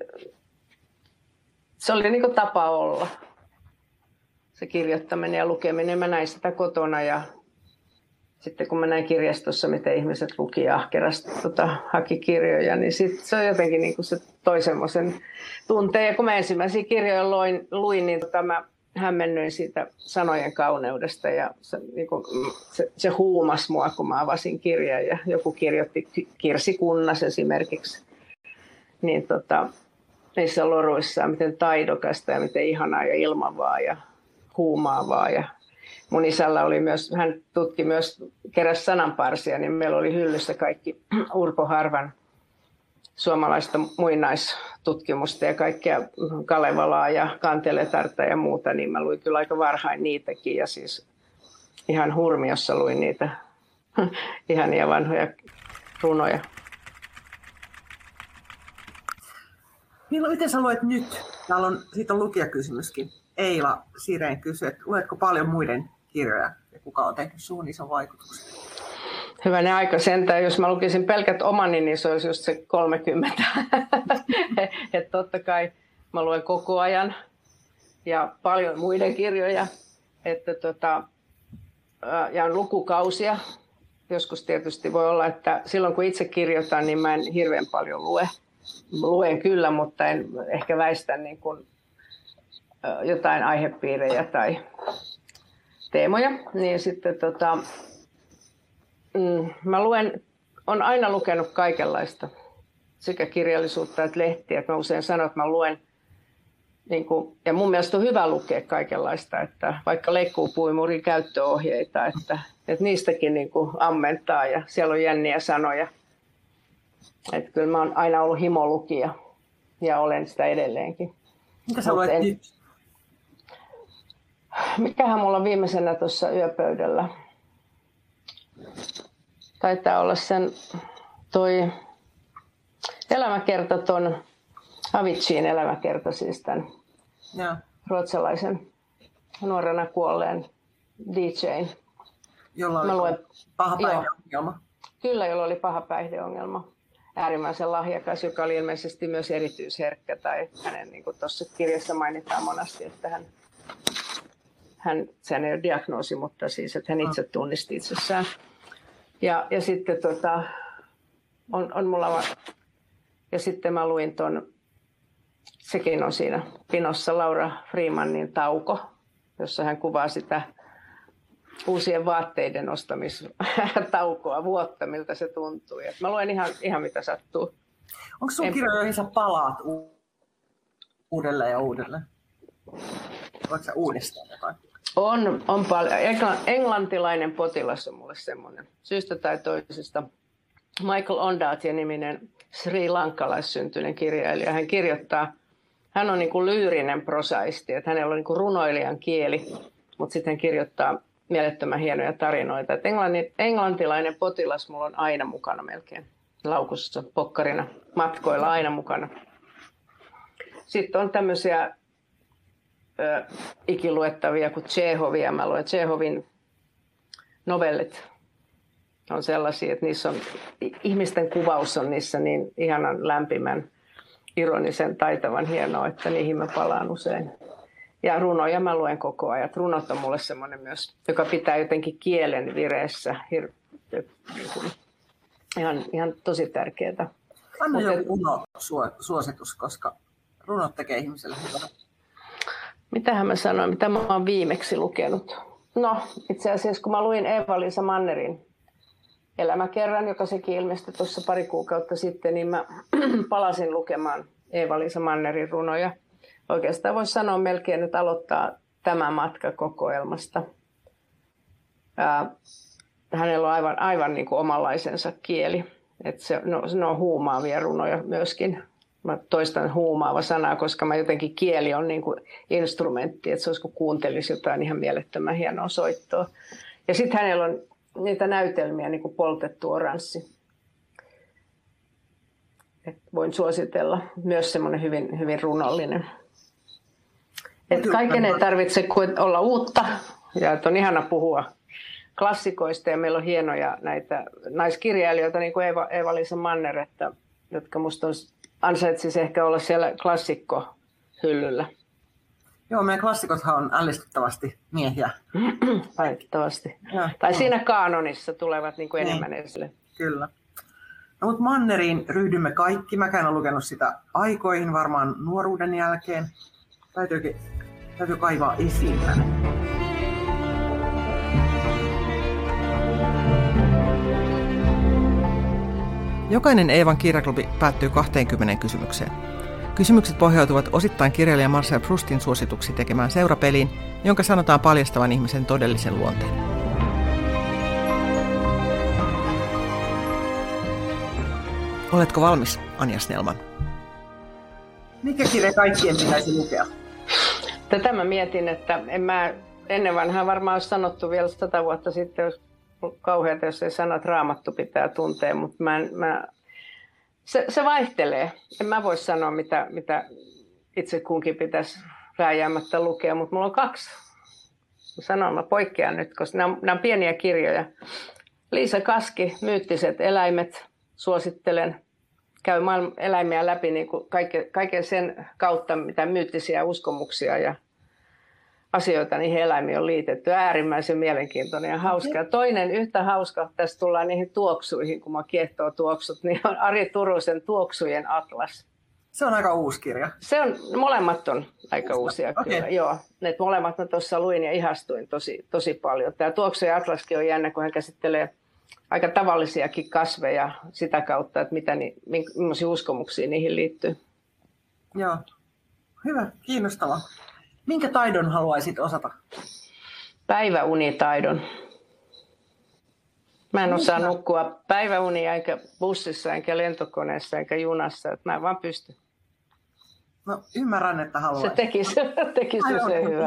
se oli niin kuin tapa olla. Se kirjoittaminen ja lukeminen, mä näin sitä kotona ja sitten kun mä näin kirjastossa, miten ihmiset luki ahkerasti, tota, haki kirjoja, niin sit se on jotenkin niin kuin se toi semmoisen tunteen. Ja kun mä ensimmäisiä kirjoja luin, luin niin tota, mä hämmennyin siitä sanojen kauneudesta ja se, niin kuin, se, se huumasi mua, kun mä avasin kirjan ja joku kirjoitti Kirsi Kunnas esimerkiksi. Niin tota, niissä loruissaan, miten taidokasta ja miten ihanaa ja ilmavaa ja huumaavaa. Ja mun isällä oli myös, hän tutki myös, keräsi sananparsia, niin meillä oli hyllyssä kaikki Urpo Harvan suomalaista muinaistutkimusta ja kaikkea Kalevalaa ja Kanteletarta ja muuta, niin mä luin kyllä aika varhain niitäkin ja siis ihan hurmiossa luin niitä ihania vanhoja runoja. Miten sä luet nyt? Täällä on, siitä on lukijakysymyskin. Eila Sireen kysyy, että luetko paljon muiden kirjoja ja kuka on tehnyt suun ison vaikutuksen? Hyvänen aika sentään. Jos mä lukisin pelkät omani, niin se olisi just se kolmekymmentä. Että totta kai mä luen koko ajan ja paljon muiden kirjoja. Että tota, ja on lukukausia. Joskus tietysti voi olla, että silloin kun itse kirjoitan, niin mä en hirveän paljon lue. Luen kyllä, mutta en ehkä väistä niin kuin jotain aihepiirejä tai teemoja. Niin sitten tota, mm, mä luen, on aina lukenut kaikenlaista, sekä kirjallisuutta että lehtiä. Mä usein sanon, että mä luen niin kuin, ja mun mielestä on hyvä lukea kaikenlaista, että vaikka leikkuupuimurin käyttöohjeita, että, että niistäkin niin kuin ammentaa ja siellä on jänniä sanoja. Että kyllä mä oon aina ollut himolukija ja olen sitä edelleenkin. Mitä sä luet en... nyt? Mikähän mulla on viimeisenä tuossa yöpöydällä? Taitaa olla sen toi elämäkerta ton Aviciin elämäkerta, siis tämän ja. ruotsalaisen nuorena kuolleen D J:n. Jolla oli luen... paha päihdeongelma. Kyllä, jolla oli paha päihdeongelma. Äärimmäisen lahjakas, joka oli ilmeisesti myös erityisherkkä. Tai hänen, niin kuin tuossa kirjassa mainitaan monasti, että hän, hän, sehän ei ole diagnoosi, mutta siis, että hän itse tunnisti itsessään. Ja, ja sitten tota, on, on mulla... Ja sitten mä luin ton, sekin on siinä pinossa, Laura Freemanin Tauko, jossa hän kuvaa sitä uusien vaatteiden ostamistaukoa, vuotta, miltä se tuntuu. Ja mä luen ihan, ihan mitä sattuu. Onko sun en... kirjoja, joihin sä palaat u- uudelleen ja uudelleen? Voitko sä uudestaan jotain? On, on paljon. Englantilainen potilas on mulle semmoinen. Syystä tai toisesta. Michael Ondaatje-niminen Sri Lankalaissyntyinen kirjailija. Hän kirjoittaa, hän on niin kuin lyyrinen prosaisti, että hänellä on niin kuin runoilijan kieli, mutta sitten hän kirjoittaa mielettömän hienoja tarinoita. Että englanti, englantilainen potilas mulla on aina mukana melkein laukussa, pokkarina, matkoilla aina mukana. Sitten on tämmöisiä ö, ikiluettavia kuin Tšehovia. Mä luen Tšehovin novellit. On sellaisia, että niissä on, ihmisten kuvaus on niissä niin ihanan lämpimän, ironisen, taitavan hienoa, että niihin mä palaan usein. Ja runoja mä luen koko ajan. Runot on mulle semmoinen myös, joka pitää jotenkin kielen vireessä. Hir- ihan, ihan tosi tärkeää. Anna Mut joku runosuositus, koska runot tekee ihmiselle hyvää. Mitähän mä sanoin, mitä mä oon viimeksi lukenut? No, itse asiassa kun mä luin Eeva-Liisa Mannerin elämäkerran, joka sekin ilmestyi tuossa pari kuukautta sitten, niin mä palasin lukemaan Eeva-Liisa Mannerin runoja. Oikeastaan voisi sanoa melkein, että aloittaa tämä matka kokoelmasta. Ää, hänellä on aivan, aivan niin kuin omanlaisensa kieli. Että se, no, ne on huumaavia runoja myöskin. Mä toistan huumaava sanaa, koska mä jotenkin kieli on niin kuin instrumentti, että se olisi kun kuuntelisi jotain ihan mielettömän hienoa soittoa. Ja sitten hänellä on niitä näytelmiä, niin kuin Poltettu oranssi. Et voin suositella. Myös semmoinen hyvin, hyvin runollinen. Et kaiken ei tarvitse olla uutta. Ja on ihana puhua klassikoista. Ja meillä on hienoja näitä naiskirjailijoita, niin kuin Eeva, Eeva-Liisa Manner, että, jotka musta ansaitsisi ehkä olla siellä klassikkohyllyllä. Joo, meidän klassikothan on ällistyttävästi miehiä. Valitettavasti. Tai no. Siinä kaanonissa tulevat niin kuin enemmän niin. Esille. Kyllä. No, mutta Manneriin ryhdymme kaikki. Mäkään olen lukenut sitä aikoihin, varmaan nuoruuden jälkeen. Täytyy, täytyy kaivaa esiin. Jokainen Eevan kirjaklubi päättyy kaksikymmentä kysymykseen. Kysymykset pohjautuvat osittain kirjailija Marcel Proustin suosituksi tekemään seurapeliin, jonka sanotaan paljastavan ihmisen todellisen luonteen. Oletko valmis, Anja Snellman? Mikä kirja kaikkien pitäisi lukea? Tätä mä mietin, että en mä ennen vanhaa varmaan olisi sanottu vielä sata vuotta sitten, jos kauheata, jos ei sano, että Raamattu pitää tuntea, mutta mä, mä, se, se vaihtelee. En mä voi sanoa, mitä, mitä itse kunkin pitäisi vääjäämättä lukea, mutta mulla on kaksi. Mä sanon, mä poikkean nyt, koska nämä on, nämä on pieniä kirjoja. Liisa Kaski, Myyttiset eläimet, suosittelen. Käy maailman eläimiä läpi niin kuin kaiken, kaiken sen kautta, mitä myyttisiä uskomuksia ja asioita niihin eläimiin on liitetty. Äärimmäisen mielenkiintoinen ja hauska. Ja toinen yhtä hauska, tässä tullaan niihin tuoksuihin, kun mä kiehtoo tuoksut, niin on Ari Turusen Tuoksujen atlas. Se on aika uusi kirja. Se on, molemmat on aika uusia okay. Kyllä. Joo, ne molemmat mä tuossa luin ja ihastuin tosi, tosi paljon. Tämä Tuoksujen atlaskin on jännä, kun hän käsittelee aika tavallisiakin kasveja sitä kautta, että mitä ni, millaisia uskomuksia niihin liittyy. Joo. Hyvä, kiinnostavaa. Minkä taidon haluaisit osata? Päiväunitaidon. Mä en osaa nukkua päiväunia eikä bussissa, eikä lentokoneessa, eikä junassa. Mä en vaan pysty. No ymmärrän, että haluaisit. Se tekisi, tekisi se hyvä.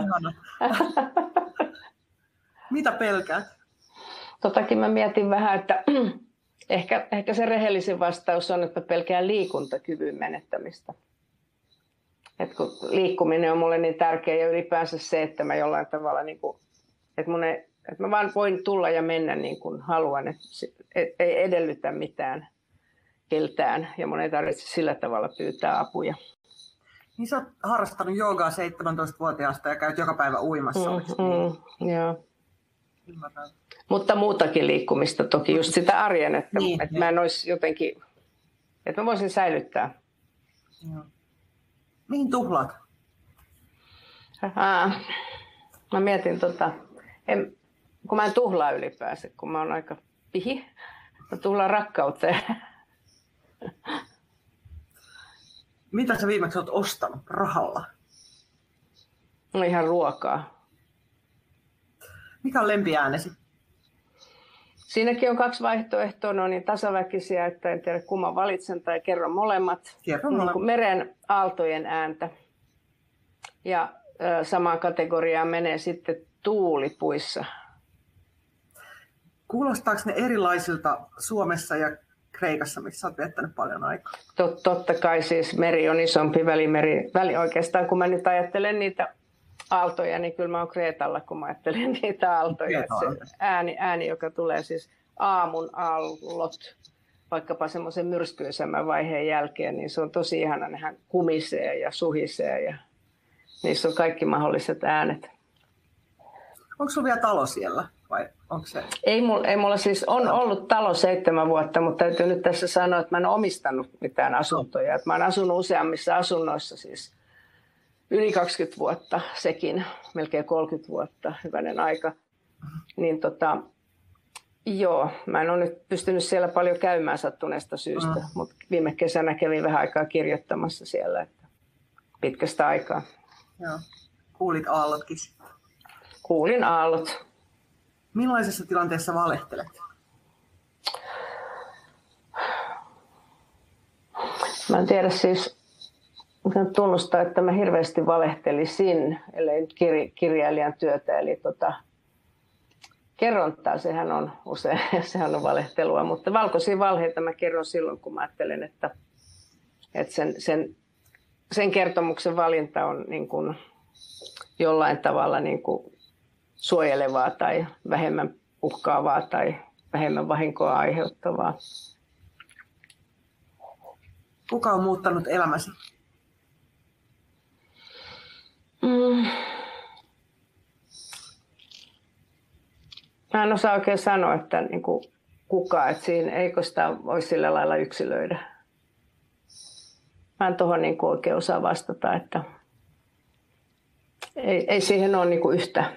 Mitä pelkäät? Totakin mä mietin vähän, että ehkä, ehkä se rehellisin vastaus on, että pelkään liikuntakyvyn menettämistä. Et kun liikkuminen on mulle niin tärkeä ja ylipäänsä se, että mä jollain tavalla, niin kuin, että, mun ei, että mä vaan voin tulla ja mennä niin kuin haluan, että ei edellytä mitään keltään ja mun ei tarvitse sillä tavalla pyytää apuja. Niin sä oot harrastanut joogaa seitsemäntoistavuotiaasta ja käyt joka päivä uimassa. Mm, mm, joo. Mutta muutakin liikkumista toki, just sitä arjen, että, niin, että mä en olisi jotenkin, että mä voisin säilyttää. Joo. Mihin tuhlaat? Ää, mä mietin, tota, en, kun mä en tuhlaa ylipäänsä, kun mä oon aika pihi, mä tuhlaan rakkauteen. Mitä sä viimeksi oot ostanut rahalla? No ihan ruokaa. Mikä on lempiäänesi? Siinäkin on kaksi vaihtoehtoa, ne on niin tasaväkisiä, että en tiedä kumman valitsen tai kerron molemmat. Kerron niin molemmat. Meren aaltojen ääntä. Ja ö, samaan kategoriaan menee sitten tuulipuissa. Kuulostaako ne erilaisilta Suomessa ja Kreikassa, missä olet viettänyt paljon aikaa? Tot, totta kai siis meri on isompi välimeri. Väli, oikeastaan kun mä nyt ajattelen niitä aaltoja, niin kyllä mä oon Kreetalla, kun mä ajattelen niitä aaltoja. Se ääni, ääni, joka tulee siis aamun aallot, vaikkapa semmoisen myrskyisemmän vaiheen jälkeen, niin se on tosi ihana, nehän kumisee ja suhisee ja niissä on kaikki mahdolliset äänet. Onko sulla vielä talo siellä? Vai onko se? Ei mulla, ei mulla siis on ollut talo seitsemän vuotta, mutta täytyy nyt tässä sanoa, että mä en ole omistanut mitään asuntoja. Että mä oon asunut useammissa asunnoissa siis yli kaksikymmentä vuotta, sekin melkein kolmekymmentä vuotta, hyvänen aika. Niin tota, joo, mä en ole nyt pystynyt siellä paljon käymään sattuneesta syystä, mm. mutta viime kesänä kävin vähän aikaa kirjoittamassa siellä, että pitkästä aikaa. Joo. Kuulit aallotkin? Kuulin aallot. Millaisessa tilanteessa valehtelet? Mä en tiedä siis, mä tunnustaa, että mä hirveästi valehtelisin, ellei nyt kir- kirjailijan työtä. Eli tota, kerrontaa, sehän on usein, sehän on valehtelua, mutta valkoisia valheita mä kerron silloin, kun mä ajattelen, että, että sen, sen, sen kertomuksen valinta on niin kuin jollain tavalla niin kuin suojelevaa tai vähemmän uhkaavaa tai vähemmän vahinkoa aiheuttavaa. Kuka on muuttanut elämäsi? Mm. Mä en osaa oikein sanoa, että niin kuin kuka, että siinä eikö sitä voi sillä lailla yksilöidä. Mä en tuohon niin kuin oikein osaa vastata, että ei, ei siihen ole niin kuin yhtä,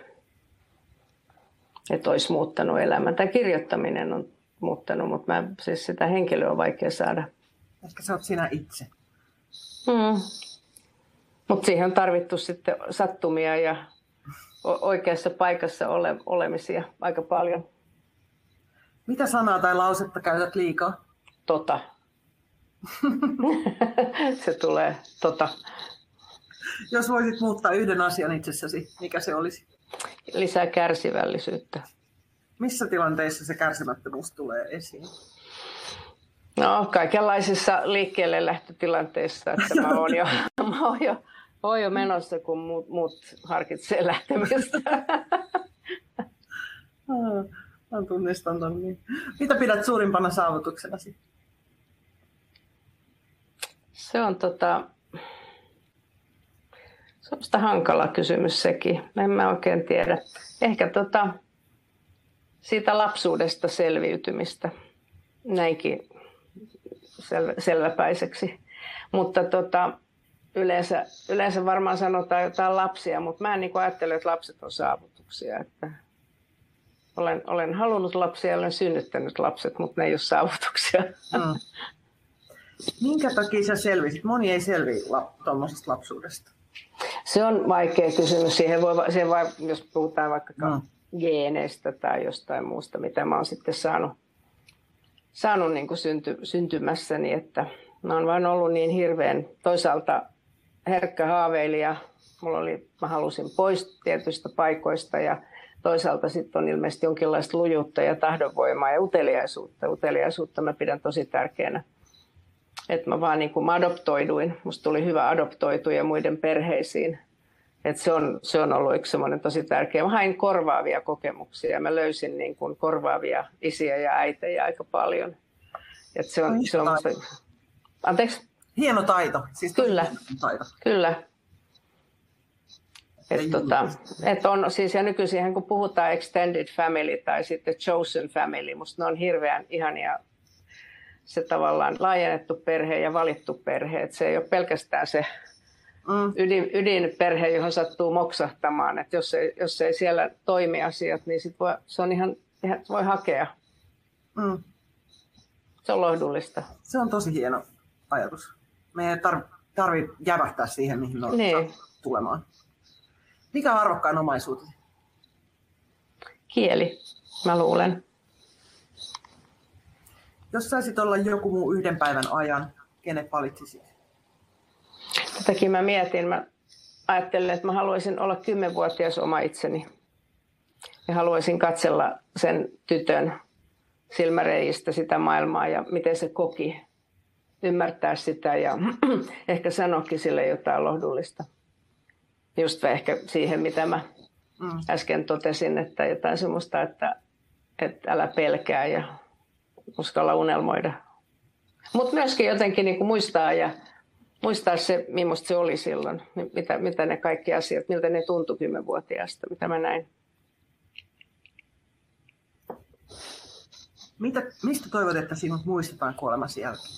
että olisi muuttanut elämän. Tai kirjoittaminen on muuttanut, mutta mä, siis sitä henkilöä on vaikea saada. Ehkä sä oot sinä itse. Mm. Mutta siihen on tarvittu sitten sattumia ja oikeassa paikassa ole, olemisia aika paljon. Mitä sanaa tai lausetta käytät liikaa? Tota. Se tulee tota. Jos voisit muuttaa yhden asian itsessäsi, mikä se olisi? Lisää kärsivällisyyttä. Missä tilanteissa se kärsimättömyys tulee esiin? No, kaikenlaisissa liikkeelle lähtötilanteissa, että mä oon jo, mä oon jo, oon jo menossa, kun muut, muut harkitsee lähtemistä. Mä tunnistan ton niin. Mitä pidät suurimpana saavutuksenasi? Se on tota... Se on sitä hankala kysymys sekin. En mä oikein tiedä. Ehkä tota, siitä lapsuudesta selviytymistä näinkin sel- selväpäiseksi. Mutta tota, yleensä, yleensä varmaan sanotaan jotain lapsia, mutta mä en niin kuin ajattele, että lapset on saavutuksia. Että olen, olen halunnut lapsia ja olen synnyttänyt lapset, mutta ne ei ole saavutuksia. Mm. Minkä takia sä selvisit? Moni ei selviä la- tuommoisesta lapsuudesta. Se on vaikea kysymys. Siihen voi, siihen vai, jos puhutaan vaikka mm. geeneistä tai jostain muusta, mitä mä oon sitten saanut, saanut niin kuin synty, syntymässäni, että mä oon vaan ollut niin hirveän toisaalta herkkä haaveilija. Mulla oli, mä halusin pois tietyistä paikoista ja toisaalta sitten on ilmeisesti jonkinlaista lujuutta ja tahdonvoimaa ja uteliaisuutta. Uteliaisuutta mä pidän tosi tärkeänä. Että mä vaan niin kuin mä adoptoiduin. Musta tuli hyvä adoptoituja muiden perheisiin. Että se on, se on ollut yksi semmoinen tosi tärkeä. Mä hain korvaavia kokemuksia ja mä löysin niin kuin korvaavia isiä ja äitejä aika paljon. Että se on, se on musta... Anteeksi? Hieno taito. Siis kyllä, taito. Kyllä. Et tota, et on, siis ja nykyisin kun puhutaan extended family tai sitten chosen family, musta ne on hirveän ihania se tavallaan laajennettu perhe ja valittu perhe. Et se ei ole pelkästään se mm. ydin, ydinperhe, johon sattuu moksahtamaan. Et jos, ei, jos ei siellä toimi asiat, niin sit voi, se on ihan, ihan voi hakea. Mm. Se on lohdullista. Se on tosi hieno ajatus. Me ei tarvitse tarvi jävähtää siihen, mihin me niin. tulemaan. Mikä on arvokkain omaisuutesi? Kieli, mä luulen. Jos saisit olla joku muu yhden päivän ajan, kenet valitsisit? Tätäkin mä mietin. Mä ajattelin, että mä haluaisin olla kymmenvuotias oma itseni. Ja haluaisin katsella sen tytön silmäreistä sitä maailmaa ja miten se koki. Ymmärtää sitä ja ehkä sanoikin sille jotain lohdullista. Just ehkä siihen, mitä mä mm. äsken totesin, että jotain semmoista, että, että älä pelkää ja uskalla unelmoida. Mutta myöskin jotenkin niin kuin muistaa, ja, muistaa se, millaista se oli silloin, mitä, mitä ne kaikki asiat, miltä ne tuntui kymmenvuotiaasta, mitä mä näin. Mitä, mistä toivot, että sinut muistetaan kuolemasi jälkeen?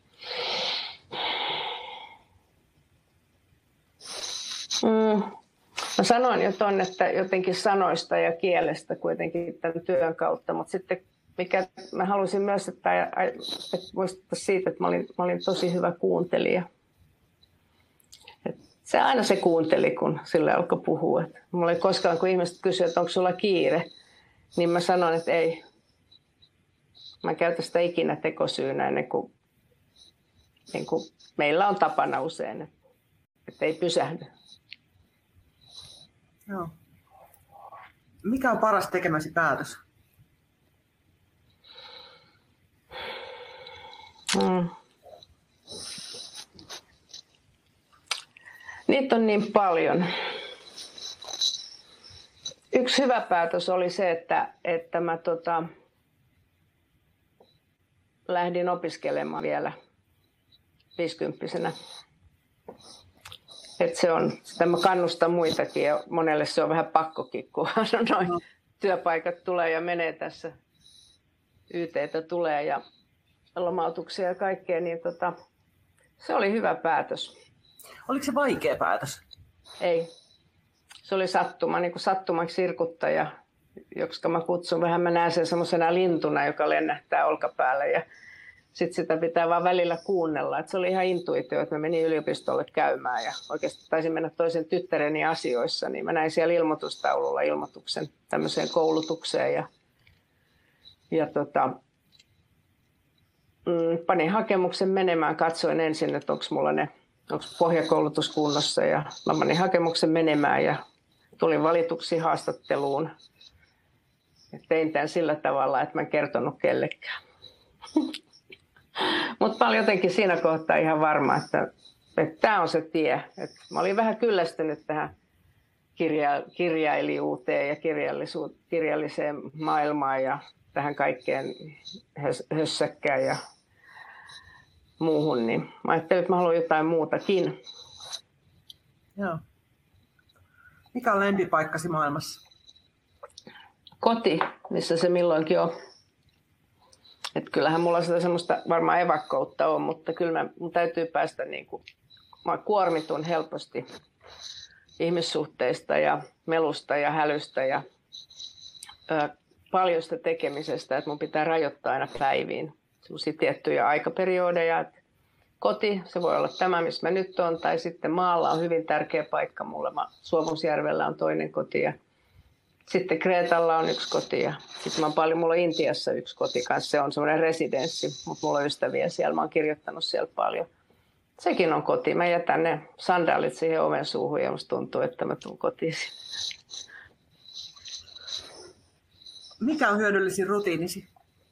Mm. Mä sanoin jo ton, että jotenkin sanoista ja kielestä kuitenkin tämän työn kautta, mutta sitten mikä mä halusin myös, että, että muistuttaa siitä, että mä olin, mä olin tosi hyvä kuuntelija. Et se aina se kuunteli, kun sille alkoi puhua. Et mulla ei koskaan, kun ihmiset kysyivät, että onko sulla kiire, niin mä sanoin, että ei. Mä en käytä sitä ikinä tekosyynä ennen kuin, niin kuin meillä on tapana usein, että, että ei pysähdy. Joo. Mikä on paras tekemäsi päätös? Hmm. Niitä on niin paljon. Yksi hyvä päätös oli se, että, että mä tota, lähdin opiskelemaan vielä viisikymppisenä. Että se on, sitä mä kannustan muitakin ja monelle se on vähän pakkokin, kun noin no. työpaikat tulee ja menee tässä. Y T:tä tulee ja lomautuksia ja kaikkea, niin tota, se oli hyvä päätös. Oliko se vaikea päätös? Ei. Se oli sattuma, niin kuin sattumaksi sirkuttaja, joksi mä kutsun vähän, mä näen sen semmoisena lintuna, joka lennähtää olkapäälle ja sitten sitä pitää vaan välillä kuunnella. Et se oli ihan intuitio, että mä menin yliopistolle käymään ja oikeasti taisin mennä toisen tyttäreni asioissa, niin mä näin siellä ilmoitustaululla ilmoituksen tämmöiseen koulutukseen ja, ja tota, mm, panin hakemuksen menemään, katsoin ensin, että onko mulla ne, onko pohjakoulutus kunnossa ja mä panin hakemuksen menemään ja tulin valituksi haastatteluun. Ja tein tämän sillä tavalla, että mä en kertonut kellekään. Mutta mä olin jotenkin siinä kohtaa ihan varma, että tämä on se tie. Et mä olin vähän kyllästynyt tähän kirja, kirjailijuuteen ja kirjalliseen maailmaan ja tähän kaikkeen hös, hössäkkään ja muuhun. Niin mä ajattelin, että mä haluan jotain muutakin. Joo. Mikä on lempipaikkasi maailmassa? Koti, missä se milloinkin on. Että kyllähän mulla sitä semmoista varmaan evakkoutta on, mutta kyllä mä, mun täytyy päästä niin kuin, mä kuormitun helposti ihmissuhteista ja melusta ja hälystä ja ö, paljon sitä tekemisestä, että mun pitää rajoittaa aina päiviin semmoisia tiettyjä aikaperiodeja, että koti, se voi olla tämä, missä mä nyt on, tai sitten maalla on hyvin tärkeä paikka mulle. Suomusjärvellä on toinen koti ja sitten Kreetalla on yksi koti ja sitten mä oon paljon, mulla on Intiassa yksi koti kanssa, se on semmoinen residenssi, mutta mulla on ystäviä siellä, mä oon kirjoittanut siellä paljon. Sekin on koti, mä jätän ne sandaalit siihen oven suuhun ja musta tuntuu, että mä tuun kotiin. Mikä on hyödyllisin rutiinisi?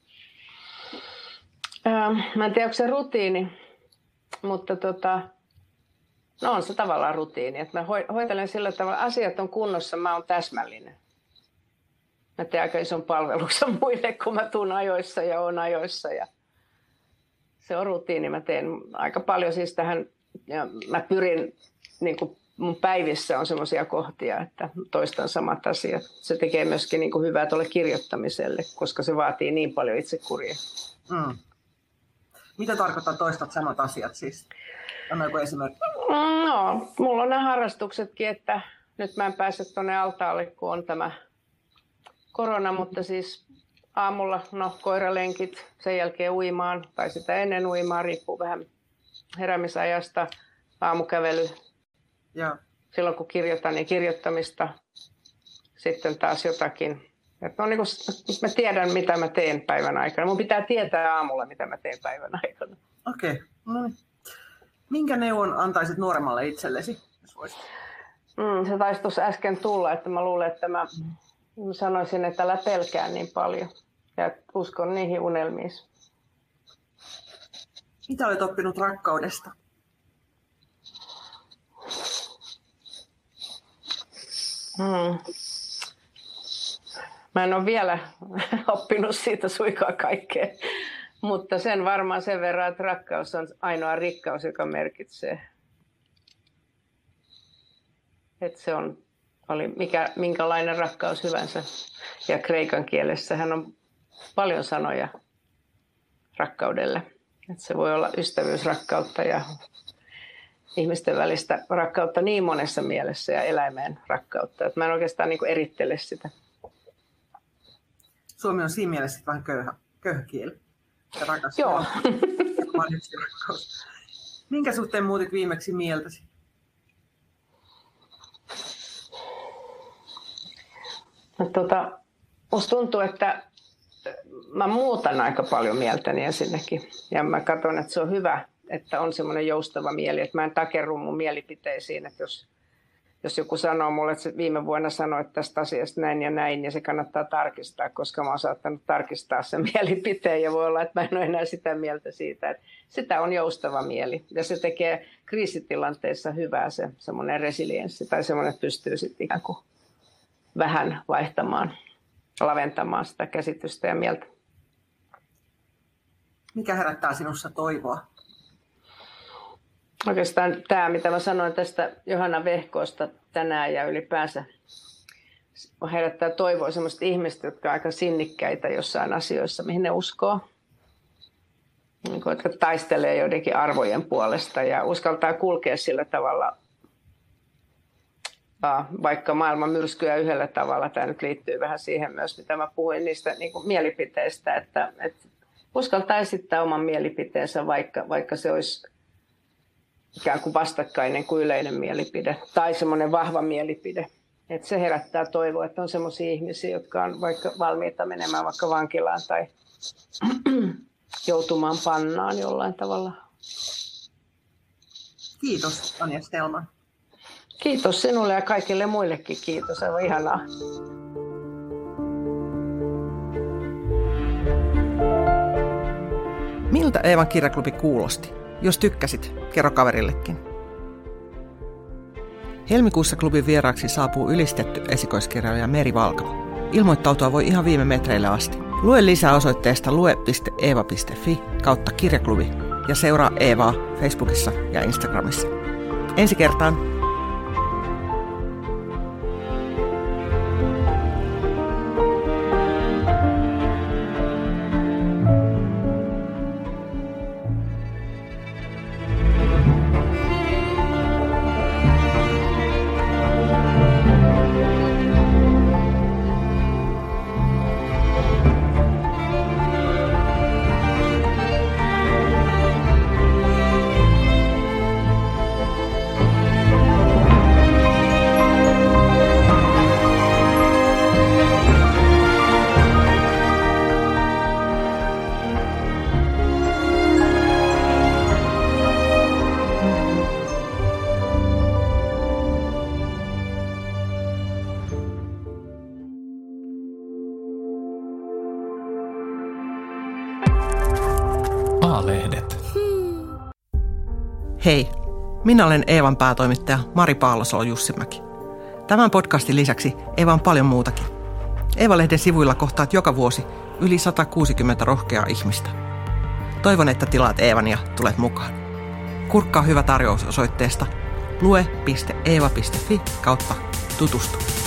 Ähm, mä en tiedä, onko se rutiini, mutta tota, no on se tavallaan rutiini. Että mä hoitelen sillä tavalla, asiat on kunnossa, mä oon täsmällinen. Mä teen aika ison palveluksen muille, kun mä tuun ajoissa ja oon ajoissa. Ja se on rutiini, mä teen aika paljon siis tähän, ja mä pyrin, niin kuin mun päivissä on semmoisia kohtia, että toistan samat asiat. Se tekee myöskin niin kuin hyvää tuolle kirjoittamiselle, koska se vaatii niin paljon itsekuria. Mm. Mitä tarkoittaa toistat samat asiat siis? On joku esimerkki? No, mulla on nämä harrastuksetkin, että nyt mä en pääse tuonne altaalle, kun on tämä korona, mutta siis aamulla no, koiralenkit, sen jälkeen uimaan tai sitä ennen uimaan, riippuu vähän heräämisajasta, aamukävely. Ja. Silloin kun kirjoitan, niin kirjoittamista, sitten taas jotakin. Että on niin kuin, mä tiedän, mitä mä teen päivän aikana. Mun pitää tietää aamulla, mitä mä teen päivän aikana. Okei. Okay. No niin. Minkä neuvon antaisit nuoremmalle itsellesi? Mm, se taisi tuossa äsken tulla, että mä luulen, että mä sanoisin, että älä pelkää niin paljon. Ja uskon niihin unelmiin. Mitä olet oppinut rakkaudesta? Hmm. Mä en ole vielä oppinut siitä suikaa kaikkea, mutta sen varmaan sen verran, että rakkaus on ainoa rikkaus, joka merkitsee. Että se on, oli mikä, minkälainen rakkaus hyvänsä. Ja kreikan kielessähän on paljon sanoja rakkaudelle. Että se voi olla ystävyysrakkautta ja ihmisten välistä rakkautta niin monessa mielessä ja eläimeen rakkautta. Että mä en oikeastaan niin kuin erittele sitä. Suomi on siinä mielessä vähän köyhä, köyhä kieli. Ja rakas. Joo. Minkä suhteen muutit viimeksi mieltäsi? No, tota, musta tuntuu, että mä muutan aika paljon mieltäni ensinnäkin. Ja mä katson, että se on hyvä, että on semmoinen joustava mieli. Että mä en takerru mun mielipiteisiin, että jos Jos joku sanoo mulle, että se viime vuonna sanoi tästä asiasta näin ja näin, niin se kannattaa tarkistaa, koska mä oon saattanut tarkistaa sen mielipiteen ja voi olla, että mä en ole enää sitä mieltä siitä. Että sitä on joustava mieli ja se tekee kriisitilanteissa hyvää se semmoinen resilienssi tai semmoinen, että pystyy sitten ikään kuin vähän vaihtamaan, laventamaan sitä käsitystä ja mieltä. Mikä herättää sinussa toivoa? Oikeastaan tämä, mitä mä sanoin tästä Johanna Vehkoosta tänään ja ylipäänsä herättää toivoa semmoista ihmistä, jotka on aika sinnikkäitä jossain asioissa, mihin ne uskoo. Jotka taistelee joidenkin arvojen puolesta ja uskaltaa kulkea sillä tavalla, vaikka maailma myrskyy yhdellä tavalla. Tämä nyt liittyy vähän siihen myös, mitä mä puhuin niistä niin kuin mielipiteistä, että, että uskaltaa esittää oman mielipiteensä, vaikka, vaikka se olisi ikään kuin vastakkainen kuin yleinen mielipide tai semmoinen vahva mielipide. Että se herättää toivoa, että on semmoisia ihmisiä, jotka on vaikka valmiita menemään vaikka vankilaan tai joutumaan pannaan jollain tavalla. Kiitos, Anja Snellman. Kiitos sinulle ja kaikille muillekin. Kiitos, aivan ihanaa. Miltä Eevan kirjaklubi kuulosti? Jos tykkäsit, kerro kaverillekin. Helmikuussa klubin vieraaksi saapuu ylistetty esikoiskirjailija Meri Valkama. Ilmoittautua voi ihan viime metreille asti. Lue lisää osoitteesta lue piste eeva piste fi kautta kirjaklubi ja seuraa Eevaa Facebookissa ja Instagramissa. Ensi kertaan! Hei, minä olen Eevan päätoimittaja Mari Paalosolo-Jussimäki. Tämän podcastin lisäksi Eeva on paljon muutakin. Eeva-lehden sivuilla kohtaat joka vuosi yli sata kuusikymmentä rohkeaa ihmistä. Toivon, että tilaat Eevan ja tulet mukaan. Kurkkaa hyvä tarjous osoitteesta lue piste eeva piste fi kautta tutustu.